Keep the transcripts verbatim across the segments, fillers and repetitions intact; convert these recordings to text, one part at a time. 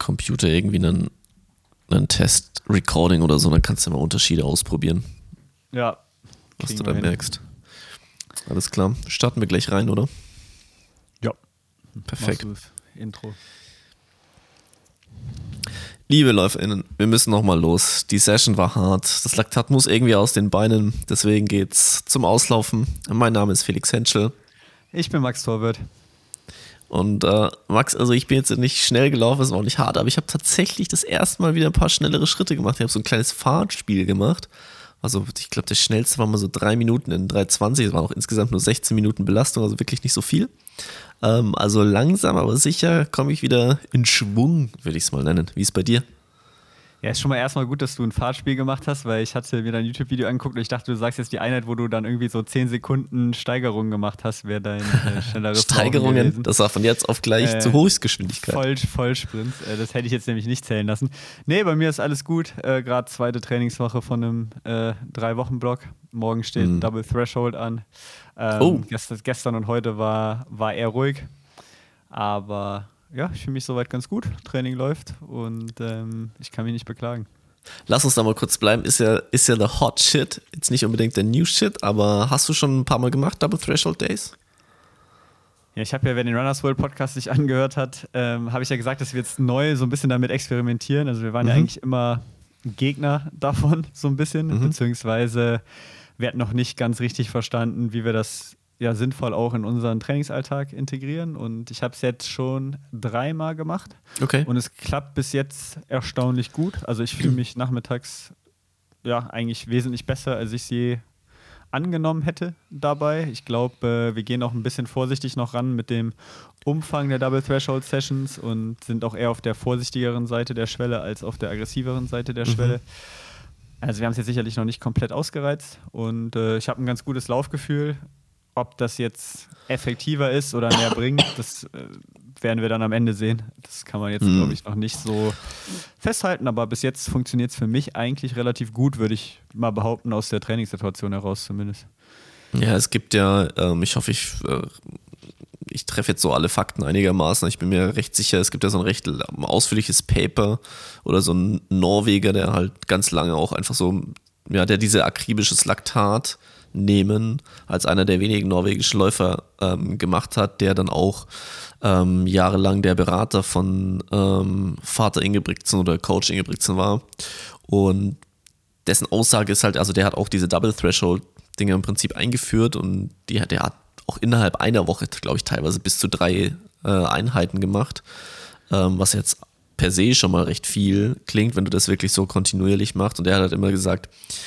Computer irgendwie einen, einen Test-Recording oder so, dann kannst du mal Unterschiede ausprobieren. Ja. Was du da merkst. Alles klar. Starten wir gleich rein, oder? Ja. Perfekt. Intro. Liebe LäuferInnen, wir müssen nochmal los. Die Session war hart. Das Laktat muss irgendwie aus den Beinen. Deswegen geht's zum Auslaufen. Mein Name ist Felix Henschel. Ich bin Max Torwirt. Und äh, Max, also ich bin jetzt nicht schnell gelaufen, es war auch nicht hart, aber ich habe tatsächlich das erste Mal wieder ein paar schnellere Schritte gemacht. Ich habe so ein kleines Fahrtspiel gemacht. Also ich glaube, der schnellste war mal so drei Minuten in drei zwanzig. Es waren auch insgesamt nur sechzehn Minuten Belastung, also wirklich nicht so viel. Ähm, also langsam, aber sicher komme ich wieder in Schwung, würde ich es mal nennen. Wie ist es bei dir? Ja, ist schon mal erstmal gut, dass du ein Fahrtspiel gemacht hast, weil ich hatte mir dein YouTube-Video angeguckt und ich dachte, du sagst jetzt die Einheit, wo du dann irgendwie so zehn Sekunden Steigerung gemacht hast, wäre dein äh, schnelleres Steigerungen, gewesen. Das war von jetzt auf gleich äh, zu Höchstgeschwindigkeit. Voll, Vollsprint, äh, das hätte ich jetzt nämlich nicht zählen lassen. Nee, bei mir ist alles gut, äh, gerade zweite Trainingswoche von einem äh, Drei-Wochen-Block. Morgen steht mm. Double Threshold an. Ähm, oh. gestern, gestern und heute war, war eher ruhig, aber... Ja, ich fühle mich soweit ganz gut. Training läuft und ähm, ich kann mich nicht beklagen. Lass uns da mal kurz bleiben. Ist ja, ist ja der Hot Shit. Jetzt nicht unbedingt der New Shit, aber hast du schon ein paar Mal gemacht, Double Threshold Days? Ja, ich habe ja, wer den Runners World Podcast sich angehört hat, ähm, habe ich ja gesagt, dass wir jetzt neu so ein bisschen damit experimentieren. Also wir waren mhm. ja eigentlich immer Gegner davon, so ein bisschen, mhm. beziehungsweise wir hatten noch nicht ganz richtig verstanden, wie wir das ja sinnvoll auch in unseren Trainingsalltag integrieren. Und ich habe es jetzt schon dreimal gemacht. Okay. Und es klappt bis jetzt erstaunlich gut. Also ich fühle mich nachmittags ja eigentlich wesentlich besser, als ich es je angenommen hätte dabei. Ich glaube, äh, wir gehen auch ein bisschen vorsichtig noch ran mit dem Umfang der Double Threshold Sessions und sind auch eher auf der vorsichtigeren Seite der Schwelle als auf der aggressiveren Seite der mhm. Schwelle. Also wir haben es jetzt sicherlich noch nicht komplett ausgereizt. Und äh, ich habe ein ganz gutes Laufgefühl. Ob das jetzt effektiver ist oder mehr bringt, das äh, werden wir dann am Ende sehen. Das kann man jetzt, mm. glaube ich, noch nicht so festhalten. Aber bis jetzt funktioniert es für mich eigentlich relativ gut, würde ich mal behaupten, aus der Trainingssituation heraus zumindest. Ja, es gibt ja, ähm, ich hoffe, ich, äh, ich treffe jetzt so alle Fakten einigermaßen. Ich bin mir recht sicher, es gibt ja so ein recht ausführliches Paper oder so ein Norweger, der halt ganz lange auch einfach so, ja, der diese akribisches Laktat nehmen, als einer der wenigen norwegischen Läufer ähm, gemacht hat, der dann auch ähm, jahrelang der Berater von ähm, Vater Ingebrigtsen oder Coach Ingebrigtsen war. Und dessen Aussage ist halt, also der hat auch diese Double Threshold Dinge im Prinzip eingeführt und die, der hat auch innerhalb einer Woche, glaube ich, teilweise bis zu drei äh, Einheiten gemacht, ähm, was jetzt per se schon mal recht viel klingt, wenn du das wirklich so kontinuierlich machst. Und der hat halt immer gesagt,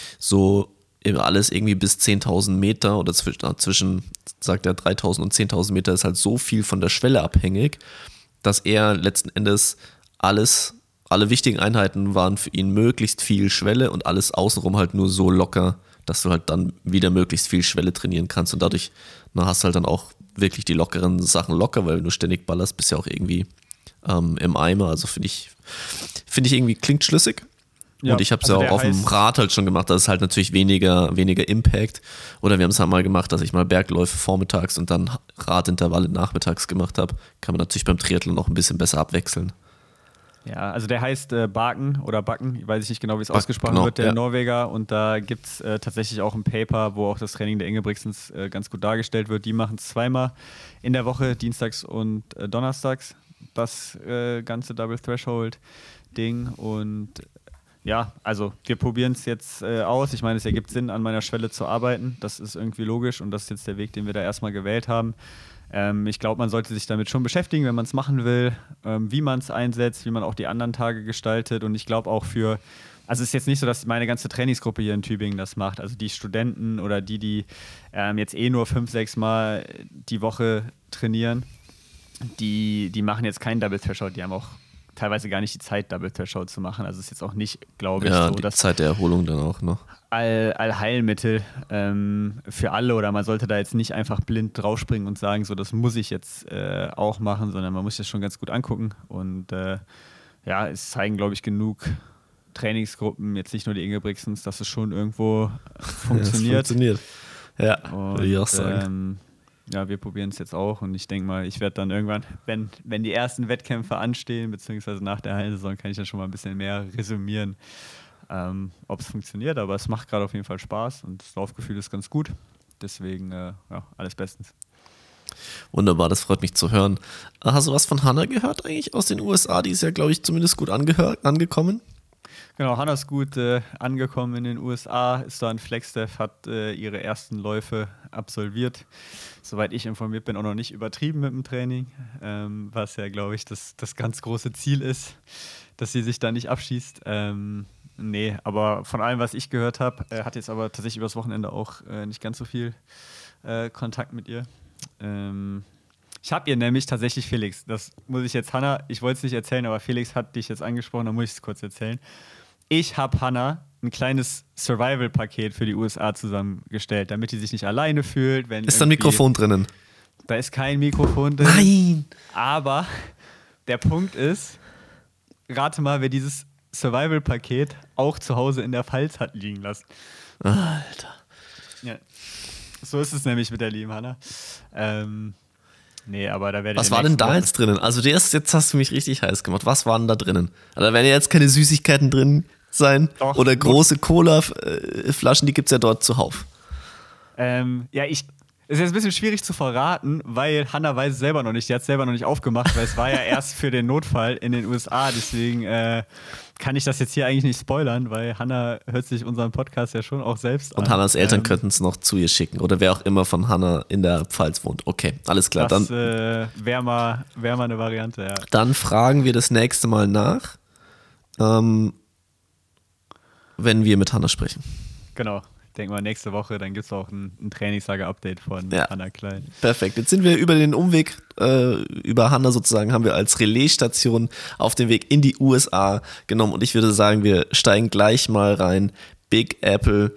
so alles irgendwie bis zehntausend Meter oder zwischen, zwischen, sagt er, dreitausend und zehntausend Meter ist halt so viel von der Schwelle abhängig, dass er letzten Endes alles, alle wichtigen Einheiten waren für ihn möglichst viel Schwelle und alles außenrum halt nur so locker, dass du halt dann wieder möglichst viel Schwelle trainieren kannst und dadurch na, hast du halt dann auch wirklich die lockeren Sachen locker, weil wenn du ständig ballerst, bist du ja auch irgendwie ähm, im Eimer, also finde ich, finde ich irgendwie, klingt schlüssig. Ja, und ich habe es also ja auch auf dem Rad halt schon gemacht, das ist halt natürlich weniger, weniger Impact. Oder wir haben es halt mal gemacht, dass ich mal Bergläufe vormittags und dann Radintervalle nachmittags gemacht habe. Kann man natürlich beim Triathlon noch ein bisschen besser abwechseln. Ja, also der heißt äh, Baken oder Backen, weiß ich nicht genau, wie es ausgesprochen genau, wird, der ja. Norweger. Und da gibt es äh, tatsächlich auch ein Paper, wo auch das Training der Ingebrigtsens äh, ganz gut dargestellt wird. Die machen es zweimal in der Woche, dienstags und äh, donnerstags, das äh, ganze Double Threshold Ding. Und ja, also wir probieren es jetzt äh, aus. Ich meine, es ergibt Sinn, an meiner Schwelle zu arbeiten. Das ist irgendwie logisch und das ist jetzt der Weg, den wir da erstmal gewählt haben. Ähm, ich glaube, man sollte sich damit schon beschäftigen, wenn man es machen will, ähm, wie man es einsetzt, wie man auch die anderen Tage gestaltet. Und ich glaube auch für, also es ist jetzt nicht so, dass meine ganze Trainingsgruppe hier in Tübingen das macht. Also die Studenten oder die, die ähm, jetzt eh nur fünf, sechs Mal die Woche trainieren, die, die machen jetzt keinen Double Threshold, die haben auch teilweise gar nicht die Zeit, Double Threshold zu machen. Also es ist jetzt auch nicht, glaube ich, ja, so, die dass Zeit der Erholung dann auch noch. All, Allheilmittel ähm, für alle oder man sollte da jetzt nicht einfach blind draufspringen und sagen, so das muss ich jetzt äh, auch machen, sondern man muss das schon ganz gut angucken und äh, ja, es zeigen, glaube ich, genug Trainingsgruppen, jetzt nicht nur die Ingebrigtsens, dass es schon irgendwo funktioniert. Ja, es funktioniert. Ja, und, würde ich auch sagen. Ähm, ja, wir probieren es jetzt auch und ich denke mal, ich werde dann irgendwann, wenn, wenn die ersten Wettkämpfe anstehen, beziehungsweise nach der Hallensaison, kann ich dann schon mal ein bisschen mehr resümieren, ähm, ob es funktioniert, aber es macht gerade auf jeden Fall Spaß und das Laufgefühl ist ganz gut. Deswegen, äh, ja, alles bestens. Wunderbar, das freut mich zu hören. Hast du was von Hannah gehört eigentlich aus den U S A? Die ist ja, glaube ich, zumindest gut angehört, angekommen. Genau, Hannah ist gut äh, angekommen in den U S A, ist da in Flagstaff, hat äh, ihre ersten Läufe absolviert. Soweit ich informiert bin, auch noch nicht übertrieben mit dem Training, ähm, was ja, glaube ich, das, das ganz große Ziel ist, dass sie sich da nicht abschießt. Ähm, nee, aber von allem, was ich gehört habe, äh, hat jetzt aber tatsächlich übers Wochenende auch äh, nicht ganz so viel äh, Kontakt mit ihr. Ähm, ich habe ihr nämlich tatsächlich, Felix, das muss ich jetzt, Hannah, ich wollte es nicht erzählen, aber Felix hat dich jetzt angesprochen, da muss ich es kurz erzählen. Ich habe Hannah ein kleines Survival-Paket für die U S A zusammengestellt, damit die sich nicht alleine fühlt. Wenn ist da ein Mikrofon drinnen? Da ist kein Mikrofon drin. Nein! Aber der Punkt ist, rate mal, wer dieses Survival-Paket auch zu Hause in der Pfalz hat liegen lassen. Alter. Ja. So ist es nämlich mit der lieben Hannah. Ähm, nee, aber da werde ich. Was war denn da jetzt drinnen? Also, jetzt, jetzt hast du mich richtig heiß gemacht. Was waren da drinnen? Also, da werden ja jetzt keine Süßigkeiten drin sein. Doch, oder große Cola-Flaschen, die gibt es ja dort zuhauf. Ähm, ja, ich. Es ist jetzt ein bisschen schwierig zu verraten, weil Hannah weiß es selber noch nicht. Die hat es selber noch nicht aufgemacht, weil es war ja erst für den Notfall in den U S A. Deswegen äh, kann ich das jetzt hier eigentlich nicht spoilern, weil Hannah hört sich unseren Podcast ja schon auch selbst an. Und Hannahs Eltern ähm, könnten es noch zu ihr schicken oder wer auch immer von Hannah in der Pfalz wohnt. Okay, alles klar. Das dann äh, wäre mal, wär mal eine Variante, ja. Dann fragen wir das nächste Mal nach, ähm, wenn wir mit Hannah sprechen. Genau. Ich denke mal, nächste Woche, dann gibt es auch ein, ein Trainingslager-Update von ja. Hannah Klein. Perfekt. Jetzt sind wir über den Umweg, äh, über Hannah sozusagen, haben wir als Relaisstation auf den Weg in die U S A genommen. Und ich würde sagen, wir steigen gleich mal rein. Big Apple,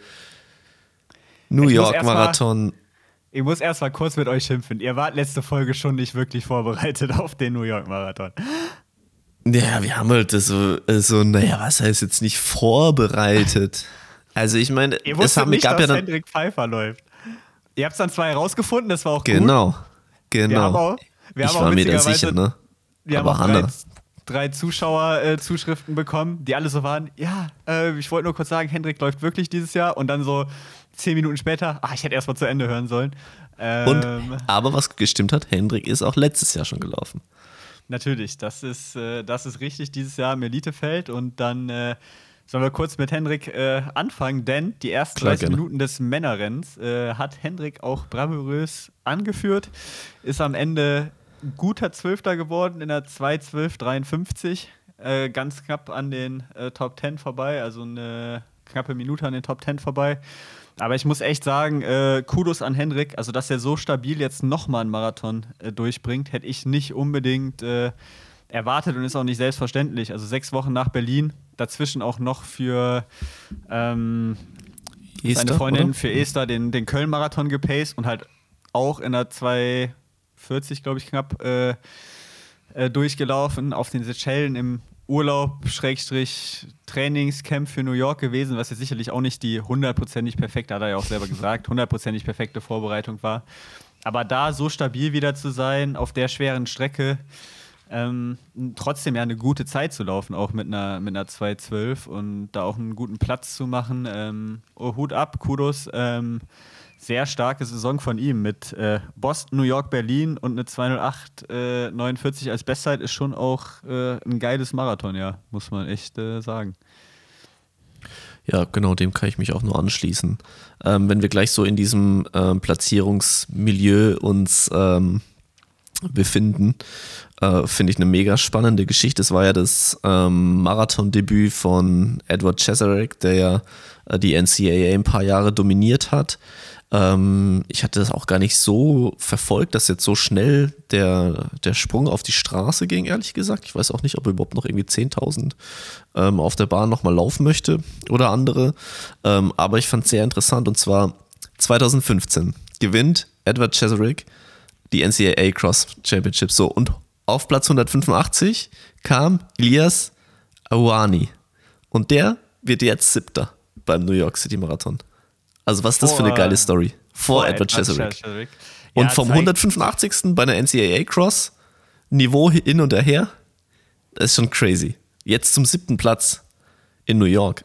New ich York Marathon. Mal, ich muss erst mal kurz mit euch schimpfen. Ihr wart letzte Folge schon nicht wirklich vorbereitet auf den New York Marathon. Ja, wir haben halt so, so naja, was heißt jetzt nicht vorbereitet? Also ich meine, ihr wusstet es haben, nicht, gab dass ja dann, Hendrik Pfeiffer läuft. Ihr habt es dann zwei herausgefunden, das war auch genau, gut. Genau, wir haben auch, wir ich haben war auch mir da sicher, ne? Wir Aber haben auch Hannah. drei, drei Zuschauerzuschriften äh, bekommen, die alle so waren, ja, äh, ich wollte nur kurz sagen, Hendrik läuft wirklich dieses Jahr und dann so zehn Minuten später, ach, ich hätte erst mal zu Ende hören sollen. Ähm, und, aber was gestimmt hat, Hendrik ist auch letztes Jahr schon gelaufen. Natürlich, das ist, äh, das ist richtig, dieses Jahr im Elitefeld und dann äh, sollen wir kurz mit Hendrik äh, anfangen, denn die ersten Klar, dreißig gerne. Minuten des Männerrenns äh, hat Hendrik auch bravourös angeführt, ist am Ende guter Zwölfter geworden in der zwei zwölf dreiundfünfzig, äh, ganz knapp an den äh, Top zehn vorbei, also eine knappe Minute an den Top zehn vorbei. Aber ich muss echt sagen, äh, Kudos an Hendrik, also dass er so stabil jetzt nochmal einen Marathon äh, durchbringt, hätte ich nicht unbedingt äh, erwartet und ist auch nicht selbstverständlich. Also sechs Wochen nach Berlin, dazwischen auch noch für ähm, Esther, seine Freundin, oder? für Esther den, den Köln-Marathon gepaced und halt auch in der zwei vierzig, glaube ich, knapp äh, äh, durchgelaufen auf den Seychellen im Urlaub, Schrägstrich, Trainingscamp für New York gewesen, was ja sicherlich auch nicht die hundertprozentig perfekte, hat er ja auch selber gesagt, hundertprozentig perfekte Vorbereitung war. Aber da so stabil wieder zu sein, auf der schweren Strecke, ähm, trotzdem ja eine gute Zeit zu laufen, auch mit einer, mit einer zwei zwölf und da auch einen guten Platz zu machen. Ähm, oh, Hut ab, Kudos. Ähm, sehr starke Saison von ihm mit äh, Boston, New York, Berlin und eine zwei null acht neunundvierzig als Bestzeit ist schon auch äh, ein geiles Marathon, ja, muss man echt äh, sagen. Ja, genau, dem kann ich mich auch nur anschließen. Ähm, wenn wir gleich so in diesem ähm, Platzierungsmilieu uns ähm, befinden, äh, finde ich eine mega spannende Geschichte. Es war ja das ähm, Marathondebüt von Edward Cheserek, der ja äh, die N C A A ein paar Jahre dominiert hat. Ähm, ich hatte das auch gar nicht so verfolgt, dass jetzt so schnell der, der Sprung auf die Straße ging, ehrlich gesagt. Ich weiß auch nicht, ob er überhaupt noch irgendwie zehntausend ähm, auf der Bahn nochmal laufen möchte oder andere. Ähm, aber ich fand es sehr interessant und zwar zwanzig fünfzehn gewinnt Edward Cheserek die N C A A Cross Championship. So, und auf Platz hundertfünfundachtzig kam Elias Awani. Und der wird jetzt Siebter beim New York City Marathon. Also was ist das vor, für eine geile Story? Vor, vor Edward Cheserek. Und ja, vom hundertfünfundachtzigsten bei einer N C A A-Cross, Niveau hin und her, das ist schon crazy. Jetzt zum siebten Platz in New York.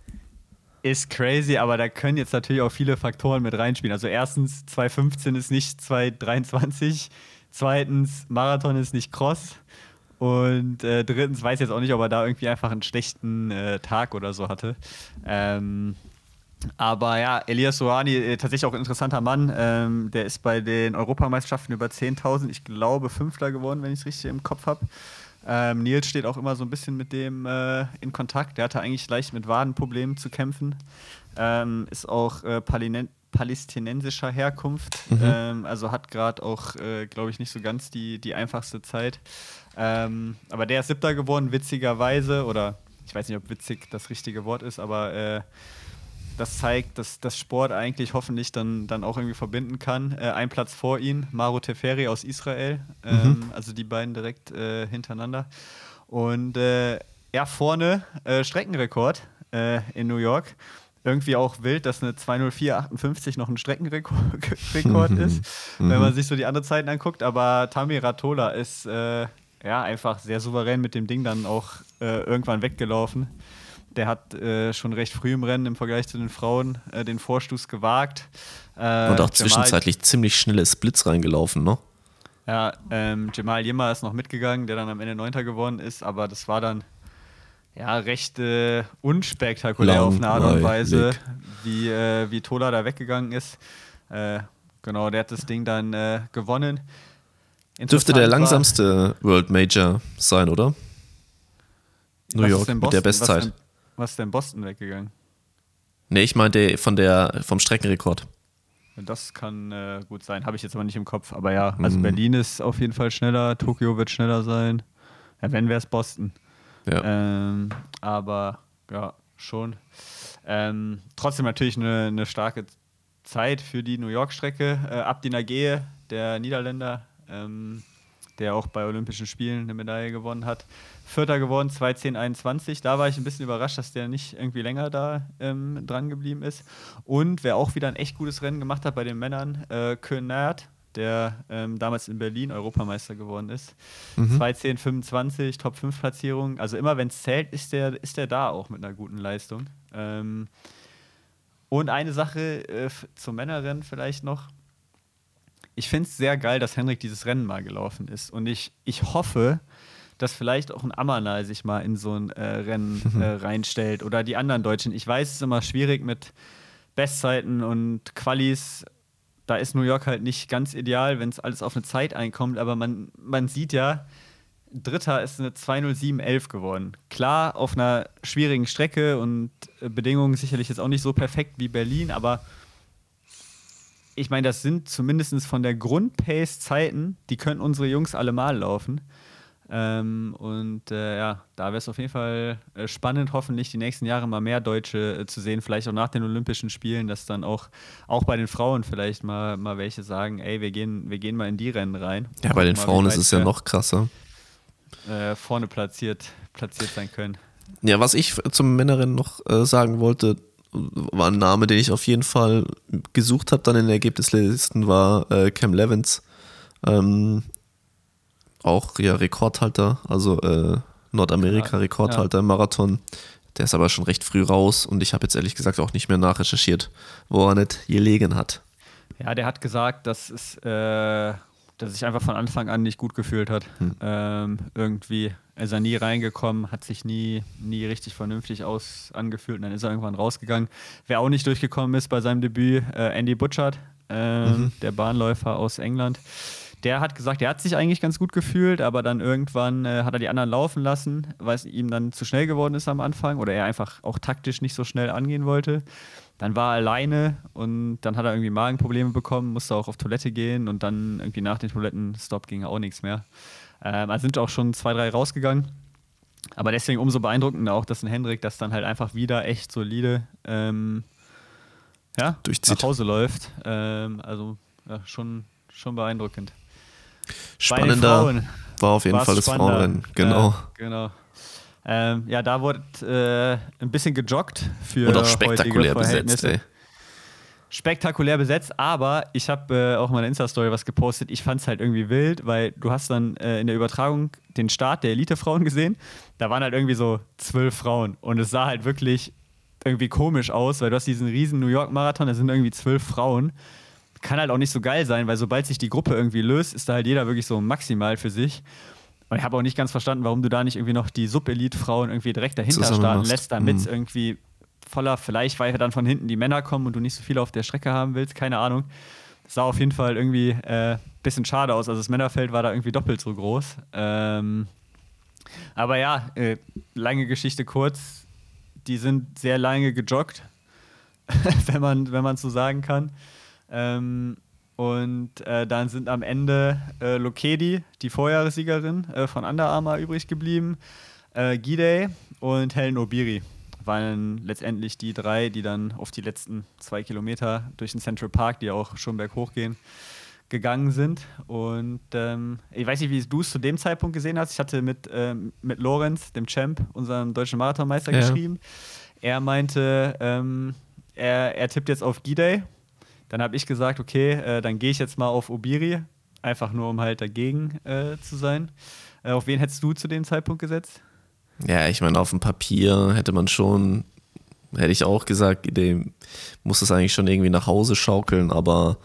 Ist crazy, aber da können jetzt natürlich auch viele Faktoren mit reinspielen. Also erstens, zwei fünfzehn ist nicht zwei dreiundzwanzig. Zweitens, Marathon ist nicht Cross. Und äh, drittens, weiß jetzt auch nicht, ob er da irgendwie einfach einen schlechten äh, Tag oder so hatte. Ähm, aber ja, Elias Soani, äh, tatsächlich auch ein interessanter Mann. Ähm, der ist bei den Europameisterschaften über zehntausend, ich glaube, Fünfter geworden, wenn ich es richtig im Kopf habe. Ähm, Nils steht auch immer so ein bisschen mit dem äh, in Kontakt. Der hatte eigentlich leicht mit Wadenproblemen zu kämpfen. Ähm, ist auch äh, Palinen- palästinensischer Herkunft. Mhm. Ähm, also hat gerade auch, äh, glaube ich, nicht so ganz die, die einfachste Zeit. Ähm, aber der ist Siebter geworden, witzigerweise. Oder ich weiß nicht, ob witzig das richtige Wort ist, aber äh, das zeigt, dass das Sport eigentlich hoffentlich dann, dann auch irgendwie verbinden kann. Äh, ein Platz vor ihm, Maru Teferi aus Israel. Ähm, mhm. Also die beiden direkt äh, hintereinander. Und äh, ja, vorne äh, Streckenrekord äh, in New York. Irgendwie auch wild, dass eine zwei null vier achtundfünfzig noch ein Streckenrekord ist, mhm. wenn man sich so die anderen Zeiten anguckt. Aber Tammy Ratola ist äh, ja einfach sehr souverän mit dem Ding dann auch äh, irgendwann weggelaufen. Der hat äh, schon recht früh im Rennen im Vergleich zu den Frauen äh, den Vorstoß gewagt. Äh, Und auch zwischenzeitlich Jamal, ziemlich schnelle Splits reingelaufen, ne? Ja, ähm, Jamal Yilmaz ist noch mitgegangen, der dann am Ende Neunter geworden ist, aber das war dann ja recht äh, unspektakulär Lang, auf eine Art und Weise, wie, äh, wie Tola da weggegangen ist. Äh, genau, der hat das Ding dann äh, gewonnen. Dürfte der langsamste World Major sein, oder? New York mit der Bestzeit. Was ist denn Boston weggegangen? Nee, ich meinte von der, vom Streckenrekord. Das kann äh, gut sein, habe ich jetzt aber nicht im Kopf. Aber ja, also mhm. Berlin ist auf jeden Fall schneller, Tokio wird schneller sein. Ja, wenn, wäre es Boston. Ja. Ähm, aber ja, schon. Ähm, trotzdem natürlich eine, eine starke Zeit für die New York-Strecke. Äh, Abdi Nageye, der Niederländer, ähm, der auch bei Olympischen Spielen eine Medaille gewonnen hat. Vierter geworden, zwei zehn einundzwanzig. Da war ich ein bisschen überrascht, dass der nicht irgendwie länger da ähm, dran geblieben ist. Und wer auch wieder ein echt gutes Rennen gemacht hat bei den Männern, äh, Koen-Nert, der ähm, damals in Berlin Europameister geworden ist. Mhm. zwei zehn fünfundzwanzig, Top fünf Platzierung. Also immer wenn es zählt, ist der, ist der da auch mit einer guten Leistung. Ähm, und eine Sache äh, zum Männerrennen vielleicht noch. Ich finde es sehr geil, dass Henrik dieses Rennen mal gelaufen ist. Und ich, ich hoffe, dass vielleicht auch ein Amanal sich mal in so ein äh, Rennen äh, reinstellt oder die anderen Deutschen. Ich weiß, es ist immer schwierig mit Bestzeiten und Qualis. Da ist New York halt nicht ganz ideal, wenn es alles auf eine Zeit einkommt. Aber man, man sieht ja, Dritter ist eine zwei null sieben elf geworden. Klar, auf einer schwierigen Strecke und äh, Bedingungen sicherlich jetzt auch nicht so perfekt wie Berlin, aber ich meine, das sind zumindest von der Grundpace Zeiten, die können unsere Jungs alle mal laufen. Ähm, und äh, ja, da wäre es auf jeden Fall äh, spannend, hoffentlich die nächsten Jahre mal mehr Deutsche äh, zu sehen, vielleicht auch nach den Olympischen Spielen, dass dann auch, auch bei den Frauen vielleicht mal, mal welche sagen, ey, wir gehen, wir gehen mal in die Rennen rein. Ja, bei den mal, Frauen ist es ja noch krasser. Äh, vorne platziert, platziert sein können. Ja, was ich zum Männerrennen noch äh, sagen wollte, war ein Name, den ich auf jeden Fall gesucht habe, dann in den Ergebnislisten, war äh, Cam Levins. Ähm, auch ja Rekordhalter, also äh, Nordamerika-Rekordhalter ja, ja. im Marathon. Der ist aber schon recht früh raus und ich habe jetzt ehrlich gesagt auch nicht mehr nachrecherchiert, wo er nicht gelegen hat. Ja, der hat gesagt, dass es, äh, dass er sich einfach von Anfang an nicht gut gefühlt hat. Hm. Ähm, irgendwie ist er nie reingekommen, hat sich nie, nie richtig vernünftig aus angefühlt und dann ist er irgendwann rausgegangen. Wer auch nicht durchgekommen ist bei seinem Debüt, äh, Andy Butchart, äh, mhm. der Bahnläufer aus England. Der hat gesagt, er hat sich eigentlich ganz gut gefühlt, aber dann irgendwann äh, hat er die anderen laufen lassen, weil es ihm dann zu schnell geworden ist am Anfang oder er einfach auch taktisch nicht so schnell angehen wollte. Dann war er alleine und dann hat er irgendwie Magenprobleme bekommen, musste auch auf Toilette gehen und dann irgendwie nach dem Toilettenstopp ging auch nichts mehr. Ähm, also sind auch schon zwei, drei rausgegangen. Aber deswegen umso beeindruckender auch, dass ein Hendrik das dann halt einfach wieder echt solide ähm, ja, durchzieht. Nach Hause läuft. Ähm, also ja, schon, schon beeindruckend. Spannender war auf jeden Fall das spannender. Frauenrennen. Genau. Ja, genau. Ähm, ja, da wurde äh, ein bisschen gejoggt für und auch spektakulär besetzt, ey. spektakulär besetzt, aber ich habe äh, auch in meiner Insta-Story was gepostet. Ich fand es halt irgendwie wild, weil du hast dann äh, in der Übertragung den Start der Elite-Frauen gesehen. Da waren halt irgendwie so zwölf Frauen und es sah halt wirklich irgendwie komisch aus, weil du hast diesen riesen New York-Marathon, da sind irgendwie zwölf Frauen. Kann halt auch nicht so geil sein, weil sobald sich die Gruppe irgendwie löst, ist da halt jeder wirklich so maximal für sich. Und ich habe auch nicht ganz verstanden, warum du da nicht irgendwie noch die Sub-Elite-Frauen irgendwie direkt dahinter Zusammen starten machst. lässt, damit es Mhm. irgendwie voller, vielleicht weil dann von hinten die Männer kommen und du nicht so viele auf der Strecke haben willst, keine Ahnung. Das sah auf jeden Fall irgendwie ein äh, bisschen schade aus. Also das Männerfeld war da irgendwie doppelt so groß. Ähm, aber ja, äh, lange Geschichte kurz. Die sind sehr lange gejoggt, wenn man wenn man so sagen kann. Ähm, und äh, dann sind am Ende äh, Lokedi, die Vorjahressiegerin äh, von Under Armour, übrig geblieben. Äh, Gidey und Hellen Obiri waren letztendlich die drei, die dann auf die letzten zwei Kilometer durch den Central Park, die auch schon berghoch gehen, gegangen sind. Und ähm, ich weiß nicht, wie du es zu dem Zeitpunkt gesehen hast. Ich hatte mit, ähm, mit Lorenz, dem Champ, unserem deutschen Marathonmeister, Ja. geschrieben. Er meinte, ähm, er, er tippt jetzt auf Gidey. Dann habe ich gesagt, okay, äh, dann gehe ich jetzt mal auf Obiri, einfach nur um halt dagegen äh, zu sein. Äh, auf wen hättest du zu dem Zeitpunkt gesetzt? Ja, ich meine, auf dem Papier hätte man schon, hätte ich auch gesagt, dem muss es eigentlich schon irgendwie nach Hause schaukeln, aber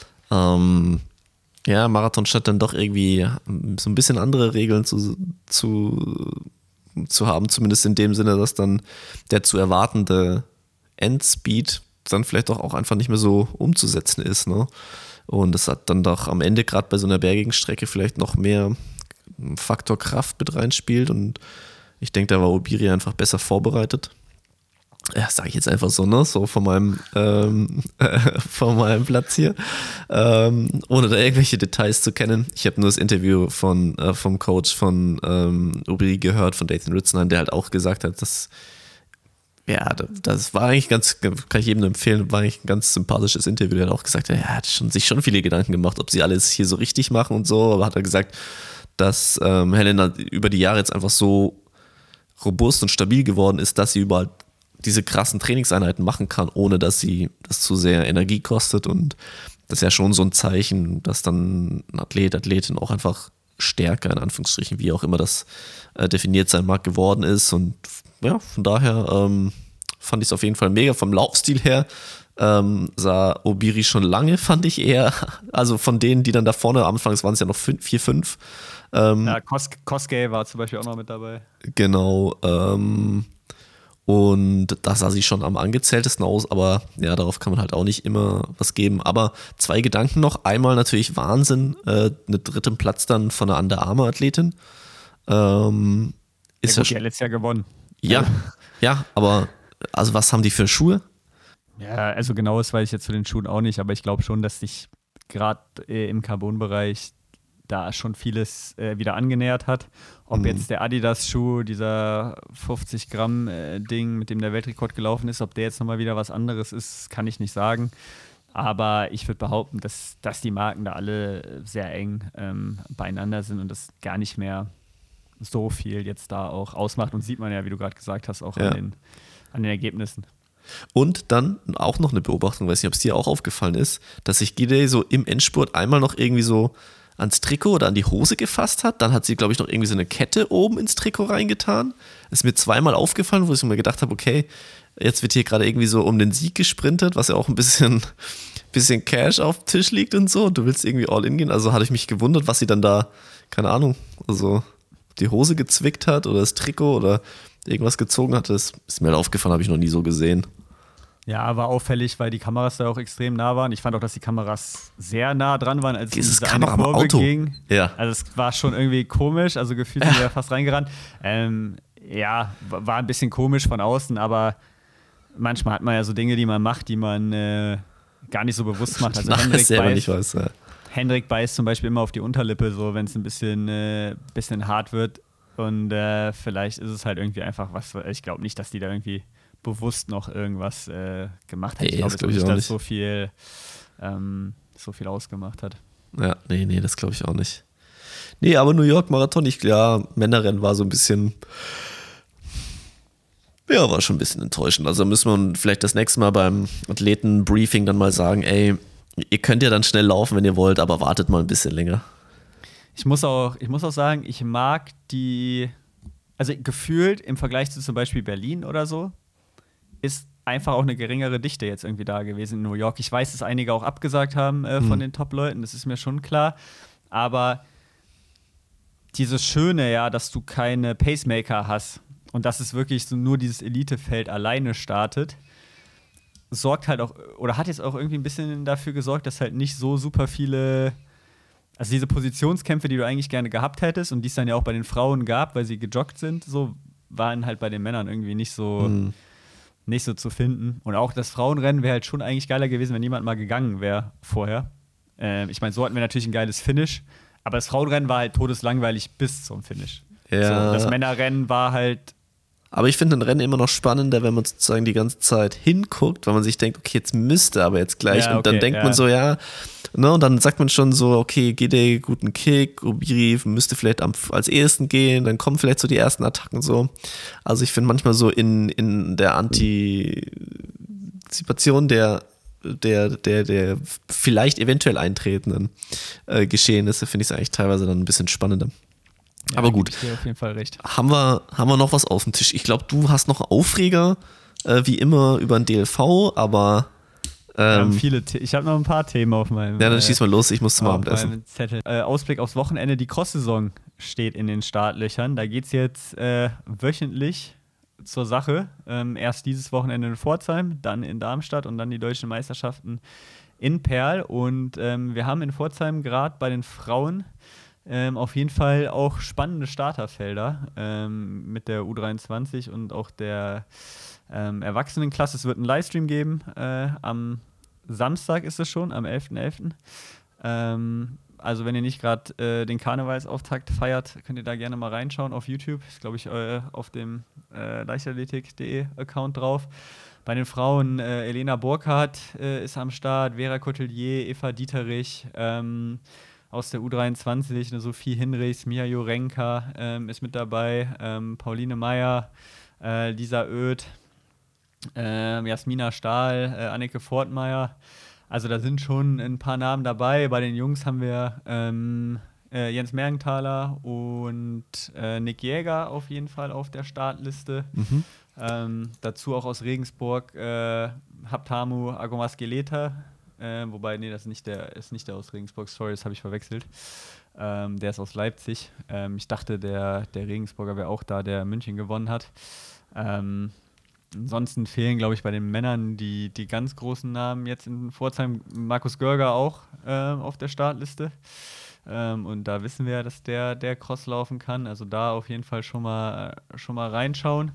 ähm, ja, Marathon statt dann doch irgendwie so ein bisschen andere Regeln zu, zu, zu haben, zumindest in dem Sinne, dass dann der zu erwartende Endspeed dann vielleicht doch auch einfach nicht mehr so umzusetzen ist, ne? Und das hat dann doch am Ende gerade bei so einer bergigen Strecke vielleicht noch mehr Faktor Kraft mit reinspielt und ich denke, da war Obiri einfach besser vorbereitet. Ja, sage ich jetzt einfach so, ne? So von meinem, ähm, äh, von meinem Platz hier. Ähm, ohne da irgendwelche Details zu kennen. Ich habe nur das Interview von, äh, vom Coach von ähm, Obiri gehört, von Dathan Ritzenheim, der halt auch gesagt hat, dass ja, das war eigentlich ganz, kann ich jedem empfehlen, war eigentlich ein ganz sympathisches Interview. Der hat auch gesagt, ja, er hat schon, sich schon viele Gedanken gemacht, ob sie alles hier so richtig machen und so, aber hat er gesagt, dass ähm, Helena über die Jahre jetzt einfach so robust und stabil geworden ist, dass sie überall diese krassen Trainingseinheiten machen kann, ohne dass sie das zu sehr Energie kostet und das ist ja schon so ein Zeichen, dass dann ein Athlet, Athletin auch einfach stärker, in Anführungsstrichen, wie auch immer das äh, definiert sein mag, geworden ist und ja, von daher ähm, fand ich es auf jeden Fall mega. Vom Laufstil her ähm, sah Obiri schon lange, fand ich eher, also von denen, die dann da vorne, anfangs waren es ja noch vier, fünf. Ähm, ja, Kos- Koskei war zum Beispiel auch noch mit dabei. Genau, ähm, und da sah sie schon am angezähltesten aus, aber ja, darauf kann man halt auch nicht immer was geben. Aber zwei Gedanken noch. Einmal natürlich Wahnsinn, äh, einen dritten Platz dann von einer Under Armour-Athletin. Ähm, ist ja, gut, ja, ja letztes Jahr gewonnen. ja, ja, aber also was haben die für Schuhe? Ja, also genaues weiß ich jetzt zu den Schuhen auch nicht, aber ich glaube schon, dass sich gerade äh, im Carbon-Bereich da schon vieles äh, wieder angenähert hat. Ob Mhm. jetzt der Adidas-Schuh, dieser fünfzig Gramm äh, Ding, mit dem der Weltrekord gelaufen ist, ob der jetzt nochmal wieder was anderes ist, kann ich nicht sagen. Aber ich würde behaupten, dass, dass die Marken da alle sehr eng ähm, beieinander sind und das gar nicht mehr so viel jetzt da auch ausmacht. Und sieht man ja, wie du gerade gesagt hast, auch Ja. an, den, an den Ergebnissen. Und dann auch noch eine Beobachtung, weiß nicht, ob es dir auch aufgefallen ist, dass sich Gidey so im Endspurt einmal noch irgendwie so ans Trikot oder an die Hose gefasst hat. Dann hat sie, glaube ich, noch irgendwie so eine Kette oben ins Trikot reingetan. Das ist mir zweimal aufgefallen, wo ich mir gedacht habe, okay, jetzt wird hier gerade irgendwie so um den Sieg gesprintet, was ja auch ein bisschen, bisschen Cash auf dem Tisch liegt und so. Du willst irgendwie all in gehen. Also hatte ich mich gewundert, was sie dann da, keine Ahnung, also die Hose gezwickt hat oder das Trikot oder irgendwas gezogen hat. Das ist mir halt aufgefallen, habe ich noch nie so gesehen. Ja, war auffällig, weil die Kameras da auch extrem nah waren. Ich fand auch, dass die Kameras sehr nah dran waren, als Dieses diese Kamera eine im Kurve Auto. ging. Ja. Also es war schon irgendwie komisch, also gefühlt sind wir ja fast reingerannt. Ähm, ja, war ein bisschen komisch von außen, aber manchmal hat man ja so Dinge, die man macht, die man äh, gar nicht so bewusst macht. Also Nachher Hendrik selber beißt, nicht weiß. Ja. Hendrik beißt zum Beispiel immer auf die Unterlippe, so wenn es ein bisschen, äh, bisschen hart wird. Und äh, vielleicht ist es halt irgendwie einfach was, ich glaube nicht, dass die da irgendwie bewusst noch irgendwas äh, gemacht hat. Hey, ich glaube das glaub ich nicht, auch dass nicht. so viel, ähm, so viel ausgemacht hat. Ja, nee, nee, das glaube ich auch nicht. Nee, aber New York Marathon, ich, ja, Männerrennen war so ein bisschen, Ja, war schon ein bisschen enttäuschend. Also müssen wir vielleicht das nächste Mal beim Athletenbriefing dann mal sagen, ey, ihr könnt ja dann schnell laufen, wenn ihr wollt, aber wartet mal ein bisschen länger. Ich muss auch, ich muss auch sagen, ich mag die, also gefühlt im Vergleich zu zum Beispiel Berlin oder so, ist einfach auch eine geringere Dichte jetzt irgendwie da gewesen in New York. Ich weiß, dass einige auch abgesagt haben äh, von hm. den Top-Leuten, das ist mir schon klar. Aber dieses Schöne, ja, dass du keine Pacemaker hast und dass es wirklich so nur dieses Elitefeld alleine startet, sorgt halt auch, oder hat jetzt auch irgendwie ein bisschen dafür gesorgt, dass halt nicht so super viele, also diese Positionskämpfe, die du eigentlich gerne gehabt hättest und die es dann ja auch bei den Frauen gab, weil sie gejoggt sind, so waren halt bei den Männern irgendwie nicht so, hm. nicht so zu finden. Und auch das Frauenrennen wäre halt schon eigentlich geiler gewesen, wenn jemand mal gegangen wäre vorher. Äh, ich meine, so hatten wir natürlich ein geiles Finish, aber das Frauenrennen war halt todeslangweilig bis zum Finish. Ja. So, das Männerrennen war halt. Aber ich finde ein Rennen immer noch spannender, wenn man sozusagen die ganze Zeit hinguckt, weil man sich denkt, okay, jetzt müsste aber jetzt gleich. Ja, okay, und dann denkt ja. man so, ja, ne, und dann sagt man schon so, okay, Gede, guten Kick, Obiri müsste vielleicht am, als ehesten gehen, dann kommen vielleicht so die ersten Attacken so. Also ich finde manchmal so in, in der Antizipation der der, der, der vielleicht eventuell eintretenden äh, Geschehnisse, finde ich es eigentlich teilweise dann ein bisschen spannender. Ja, aber gut, ich dir auf jeden Fall recht. Haben wir, haben wir noch was auf dem Tisch? Ich glaube, du hast noch Aufreger, äh, wie immer, über den D L V, aber ähm, viele The- ich habe noch ein paar Themen auf meinem Ja, dann schieß mal los, ich muss zum Abendessen. Zettel. Äh, Ausblick aufs Wochenende, die Cross-Saison steht in den Startlöchern. Da geht es jetzt äh, wöchentlich zur Sache. Ähm, erst dieses Wochenende in Pforzheim, dann in Darmstadt und dann die deutschen Meisterschaften in Perl. Und ähm, wir haben in Pforzheim gerade bei den Frauen ähm, auf jeden Fall auch spannende Starterfelder ähm, mit der U dreiundzwanzig und auch der ähm, Erwachsenenklasse. Es wird einen Livestream geben. Äh, am Samstag ist es schon, am elften elften Ähm, Also wenn ihr nicht gerade äh, den Karnevalsauftakt feiert, könnt ihr da gerne mal reinschauen auf YouTube. Ist, glaube ich, äh, auf dem äh, leichtathletik punkt de Account drauf. Bei den Frauen äh, Elena Burkhardt äh, ist am Start, Vera Coutelier, Eva Dieterich, ähm, aus der U dreiundzwanzig, eine Sophie Hinrichs, Mia Jurenka ähm, ist mit dabei, ähm, Pauline Meyer, äh, Lisa Oeth, äh, Jasmina Stahl, äh, Anneke Fortmeier. Also da sind schon ein paar Namen dabei. Bei den Jungs haben wir ähm, äh, Jens Mergenthaler und äh, Nick Jäger auf jeden Fall auf der Startliste. Mhm. Ähm, dazu auch aus Regensburg äh, Haptamu Agomaskeleta. Äh, wobei, nee, das ist nicht der, ist nicht der aus Regensburg. Sorry, das habe ich verwechselt. Ähm, der ist aus Leipzig. Ähm, ich dachte, der, der Regensburger wäre auch da, der München gewonnen hat. Ähm, Ansonsten fehlen, glaube ich, bei den Männern die, die ganz großen Namen jetzt in Pforzheim. Markus Görger auch äh, auf der Startliste. Ähm, und da wissen wir, dass der, der Cross laufen kann. Also da auf jeden Fall schon mal, schon mal reinschauen.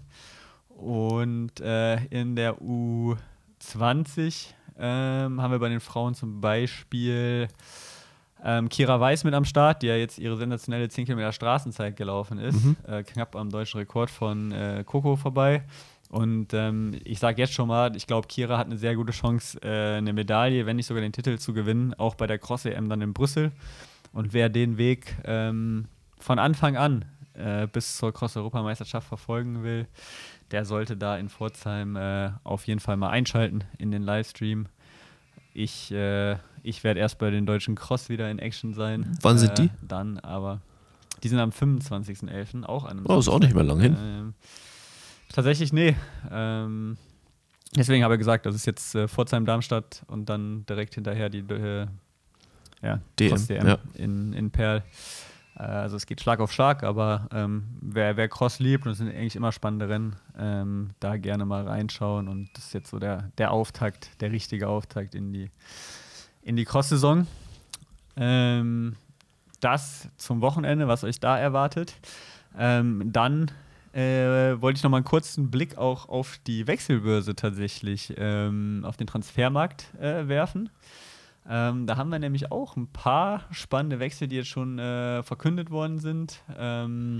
Und äh, in der U zwanzig ähm, haben wir bei den Frauen zum Beispiel ähm, Kira Weiß mit am Start, die ja jetzt ihre sensationelle zehn Kilometer Straßenzeit gelaufen ist. Mhm. Äh, knapp am deutschen Rekord von äh, Coco vorbei. Und ähm, ich sage jetzt schon mal, ich glaube, Kira hat eine sehr gute Chance, äh, eine Medaille, wenn nicht sogar den Titel zu gewinnen, auch bei der Cross-E M dann in Brüssel. Und wer den Weg ähm, von Anfang an äh, bis zur Cross-Europameisterschaft verfolgen will, der sollte da in Pforzheim äh, auf jeden Fall mal einschalten in den Livestream. Ich, äh, ich werde erst bei den deutschen Cross wieder in Action sein. Wann sind äh, die? Dann, aber die sind am fünfundzwanzigsten elften auch an einem Oh, ist auch nicht mehr lang hin. Ähm, Tatsächlich, nee. Ähm, deswegen habe ich gesagt, das ist jetzt äh, Pforzheim-Darmstadt und dann direkt hinterher die äh, ja, D M, Cross-D M ja. in, in Perl. Äh, also es geht Schlag auf Schlag, aber ähm, wer, wer Cross liebt, und es sind eigentlich immer spannende Rennen, ähm, da gerne mal reinschauen. Und das ist jetzt so der, der Auftakt, der richtige Auftakt in die, in die Cross-Saison. Ähm, das zum Wochenende, was euch da erwartet. Ähm, dann Äh, wollte ich noch mal einen kurzen Blick auch auf die Wechselbörse tatsächlich, ähm, auf den Transfermarkt äh, werfen. Ähm, da haben wir nämlich auch ein paar spannende Wechsel, die jetzt schon äh, verkündet worden sind. Ähm,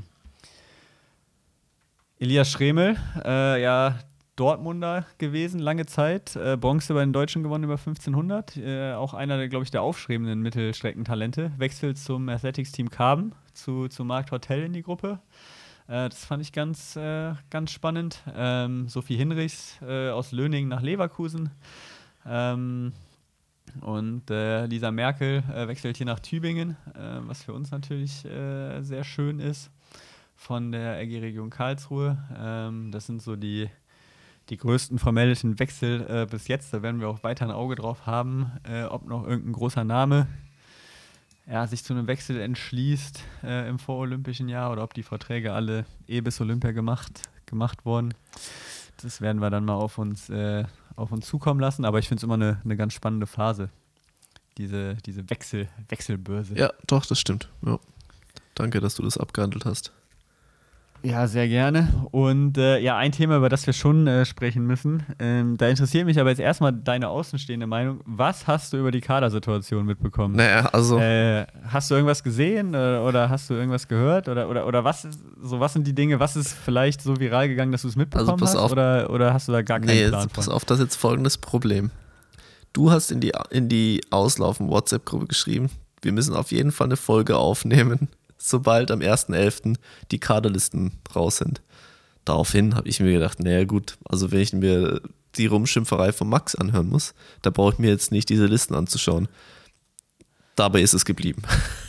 Elias Schremel, äh, ja, Dortmunder gewesen, lange Zeit. Äh, Bronze bei den Deutschen gewonnen über fünfzehnhundert. Äh, auch einer, der, glaube ich, der aufstrebenden Mittelstreckentalente. Wechselt zum Athletics-Team Karben, zu, zu Markt Hotel in die Gruppe. Äh, das fand ich ganz, äh, ganz spannend. Ähm, Sophie Hinrichs äh, aus Löningen nach Leverkusen. Ähm, und äh, Lisa Merkel äh, wechselt hier nach Tübingen, äh, was für uns natürlich äh, sehr schön ist, von der R G-Region Karlsruhe. Ähm, das sind so die, die größten formellen Wechsel äh, bis jetzt. Da werden wir auch weiter ein Auge drauf haben, äh, ob noch irgendein großer Name ja, sich zu einem Wechsel entschließt äh, im vorolympischen Jahr oder ob die Verträge alle eh bis Olympia gemacht, gemacht wurden. Das werden wir dann mal auf uns, äh, auf uns zukommen lassen. Aber ich finde es immer eine, eine ganz spannende Phase, diese, diese Wechsel, Wechselbörse. Ja, doch, das stimmt. Ja. Danke, dass du das abgehandelt hast. Ja, sehr gerne. Und äh, ja, ein Thema, über das wir schon äh, sprechen müssen. Ähm, da interessiert mich aber jetzt erstmal deine außenstehende Meinung. Was hast du über die Kadersituation mitbekommen? Naja, also. Äh, hast du irgendwas gesehen äh, oder hast du irgendwas gehört? Oder, oder, oder was, ist, so, was sind die Dinge, was ist vielleicht so viral gegangen, dass du es mitbekommen also pass hast? Auf, oder, oder hast du da gar keinen nee, Plan jetzt, von? Pass auf, das ist jetzt folgendes Problem. Du hast in die, in die Auslaufen-WhatsApp-Gruppe geschrieben, wir müssen auf jeden Fall eine Folge aufnehmen, sobald am ersten elften die Kaderlisten raus sind. Daraufhin habe ich mir gedacht, naja gut, also wenn ich mir die Rumschimpferei von Max anhören muss, da brauche ich mir jetzt nicht diese Listen anzuschauen. Dabei ist es geblieben.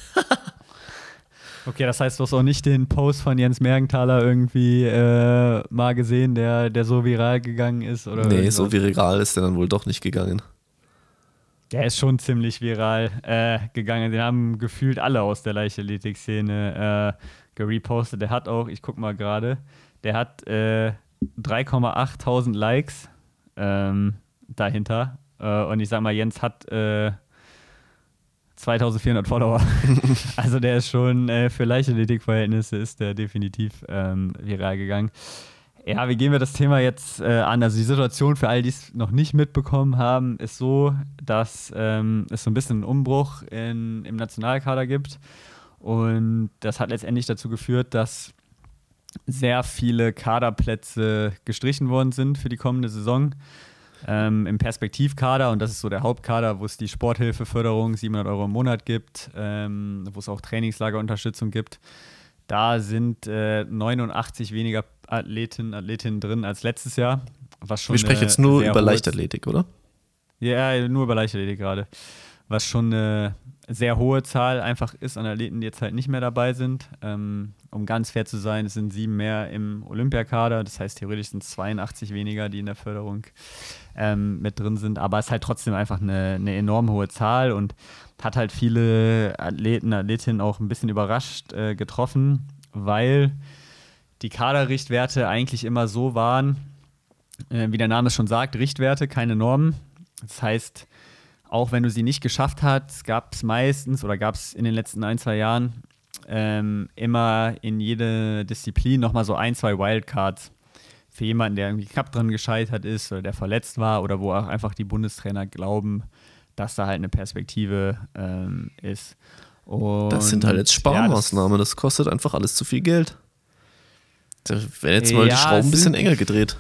Okay, das heißt, du hast auch nicht den Post von Jens Mergenthaler irgendwie äh, mal gesehen, der, der so viral gegangen ist? Oder nee, irgendwas? So viral ist der dann wohl doch nicht gegangen. Der ist schon ziemlich viral äh, gegangen. Den haben gefühlt alle aus der Leichtathletik-Szene äh, gerepostet. Der hat auch, ich guck mal gerade, der hat äh, drei Komma acht Tausend Likes ähm, dahinter. Äh, und ich sag mal, Jens hat äh, zweitausendvierhundert Follower. Also der ist schon äh, für Leichtathletik-Verhältnisse ist der definitiv ähm, viral gegangen. Ja, wie gehen wir das Thema jetzt äh, an? Also die Situation für all die es noch nicht mitbekommen haben, ist so, dass ähm, es so ein bisschen einen Umbruch in, im Nationalkader gibt. Und das hat letztendlich dazu geführt, dass sehr viele Kaderplätze gestrichen worden sind für die kommende Saison. Ähm, Im Perspektivkader, und das ist so der Hauptkader, wo es die Sporthilfeförderung siebenhundert Euro im Monat gibt, ähm, wo es auch Trainingslagerunterstützung gibt. Da sind äh, neunundachtzig weniger Athletinnen Athletinnen drin als letztes Jahr. Was schon Wir sprechen jetzt nur über Leichtathletik, oder? Ja, nur über Leichtathletik gerade. Was schon eine sehr hohe Zahl einfach ist an Athleten, die jetzt halt nicht mehr dabei sind. Ähm, um ganz fair zu sein, es sind sieben mehr im Olympiakader. Das heißt, theoretisch sind es zweiundachtzig weniger, die in der Förderung ähm, mit drin sind. Aber es ist halt trotzdem einfach eine, eine enorm hohe Zahl und hat halt viele Athleten, Athletinnen auch ein bisschen überrascht äh, getroffen, weil die Kaderrichtwerte eigentlich immer so waren, äh, wie der Name schon sagt, Richtwerte, keine Normen. Das heißt, auch wenn du sie nicht geschafft hast, gab es meistens oder gab es in den letzten ein, zwei Jahren ähm, immer in jede Disziplin nochmal so ein, zwei Wildcards für jemanden, der irgendwie knapp dran gescheitert ist oder der verletzt war oder wo auch einfach die Bundestrainer glauben, dass da halt eine Perspektive ähm, ist. Und das sind halt jetzt Sparmaßnahmen, ja, das, das kostet einfach alles zu viel Geld. Da werden jetzt mal ja, die Schrauben ein bisschen enger gedreht.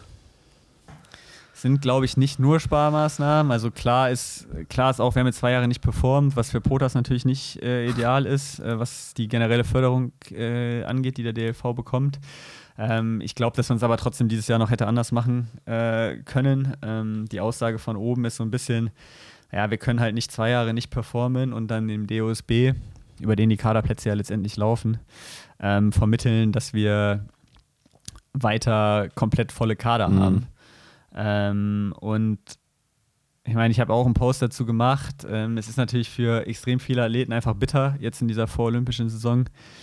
Sind, glaube ich, nicht nur Sparmaßnahmen. Also klar ist, klar ist auch, wir haben jetzt zwei Jahre nicht performt, was für Potas natürlich nicht äh, ideal ist, äh, was die generelle Förderung äh, angeht, die der D L V bekommt. Ähm, ich glaube, dass man es aber trotzdem dieses Jahr noch hätte anders machen äh, können. Ähm, die Aussage von oben ist so ein bisschen, ja, wir können halt nicht zwei Jahre nicht performen und dann im D O S B, über den die Kaderplätze ja letztendlich laufen, ähm, vermitteln, dass wir weiter komplett volle Kader mhm. haben. Ähm, und ich meine, ich habe auch einen Post dazu gemacht. Ähm, es ist natürlich für extrem viele Athleten einfach bitter, jetzt in dieser vorolympischen Saison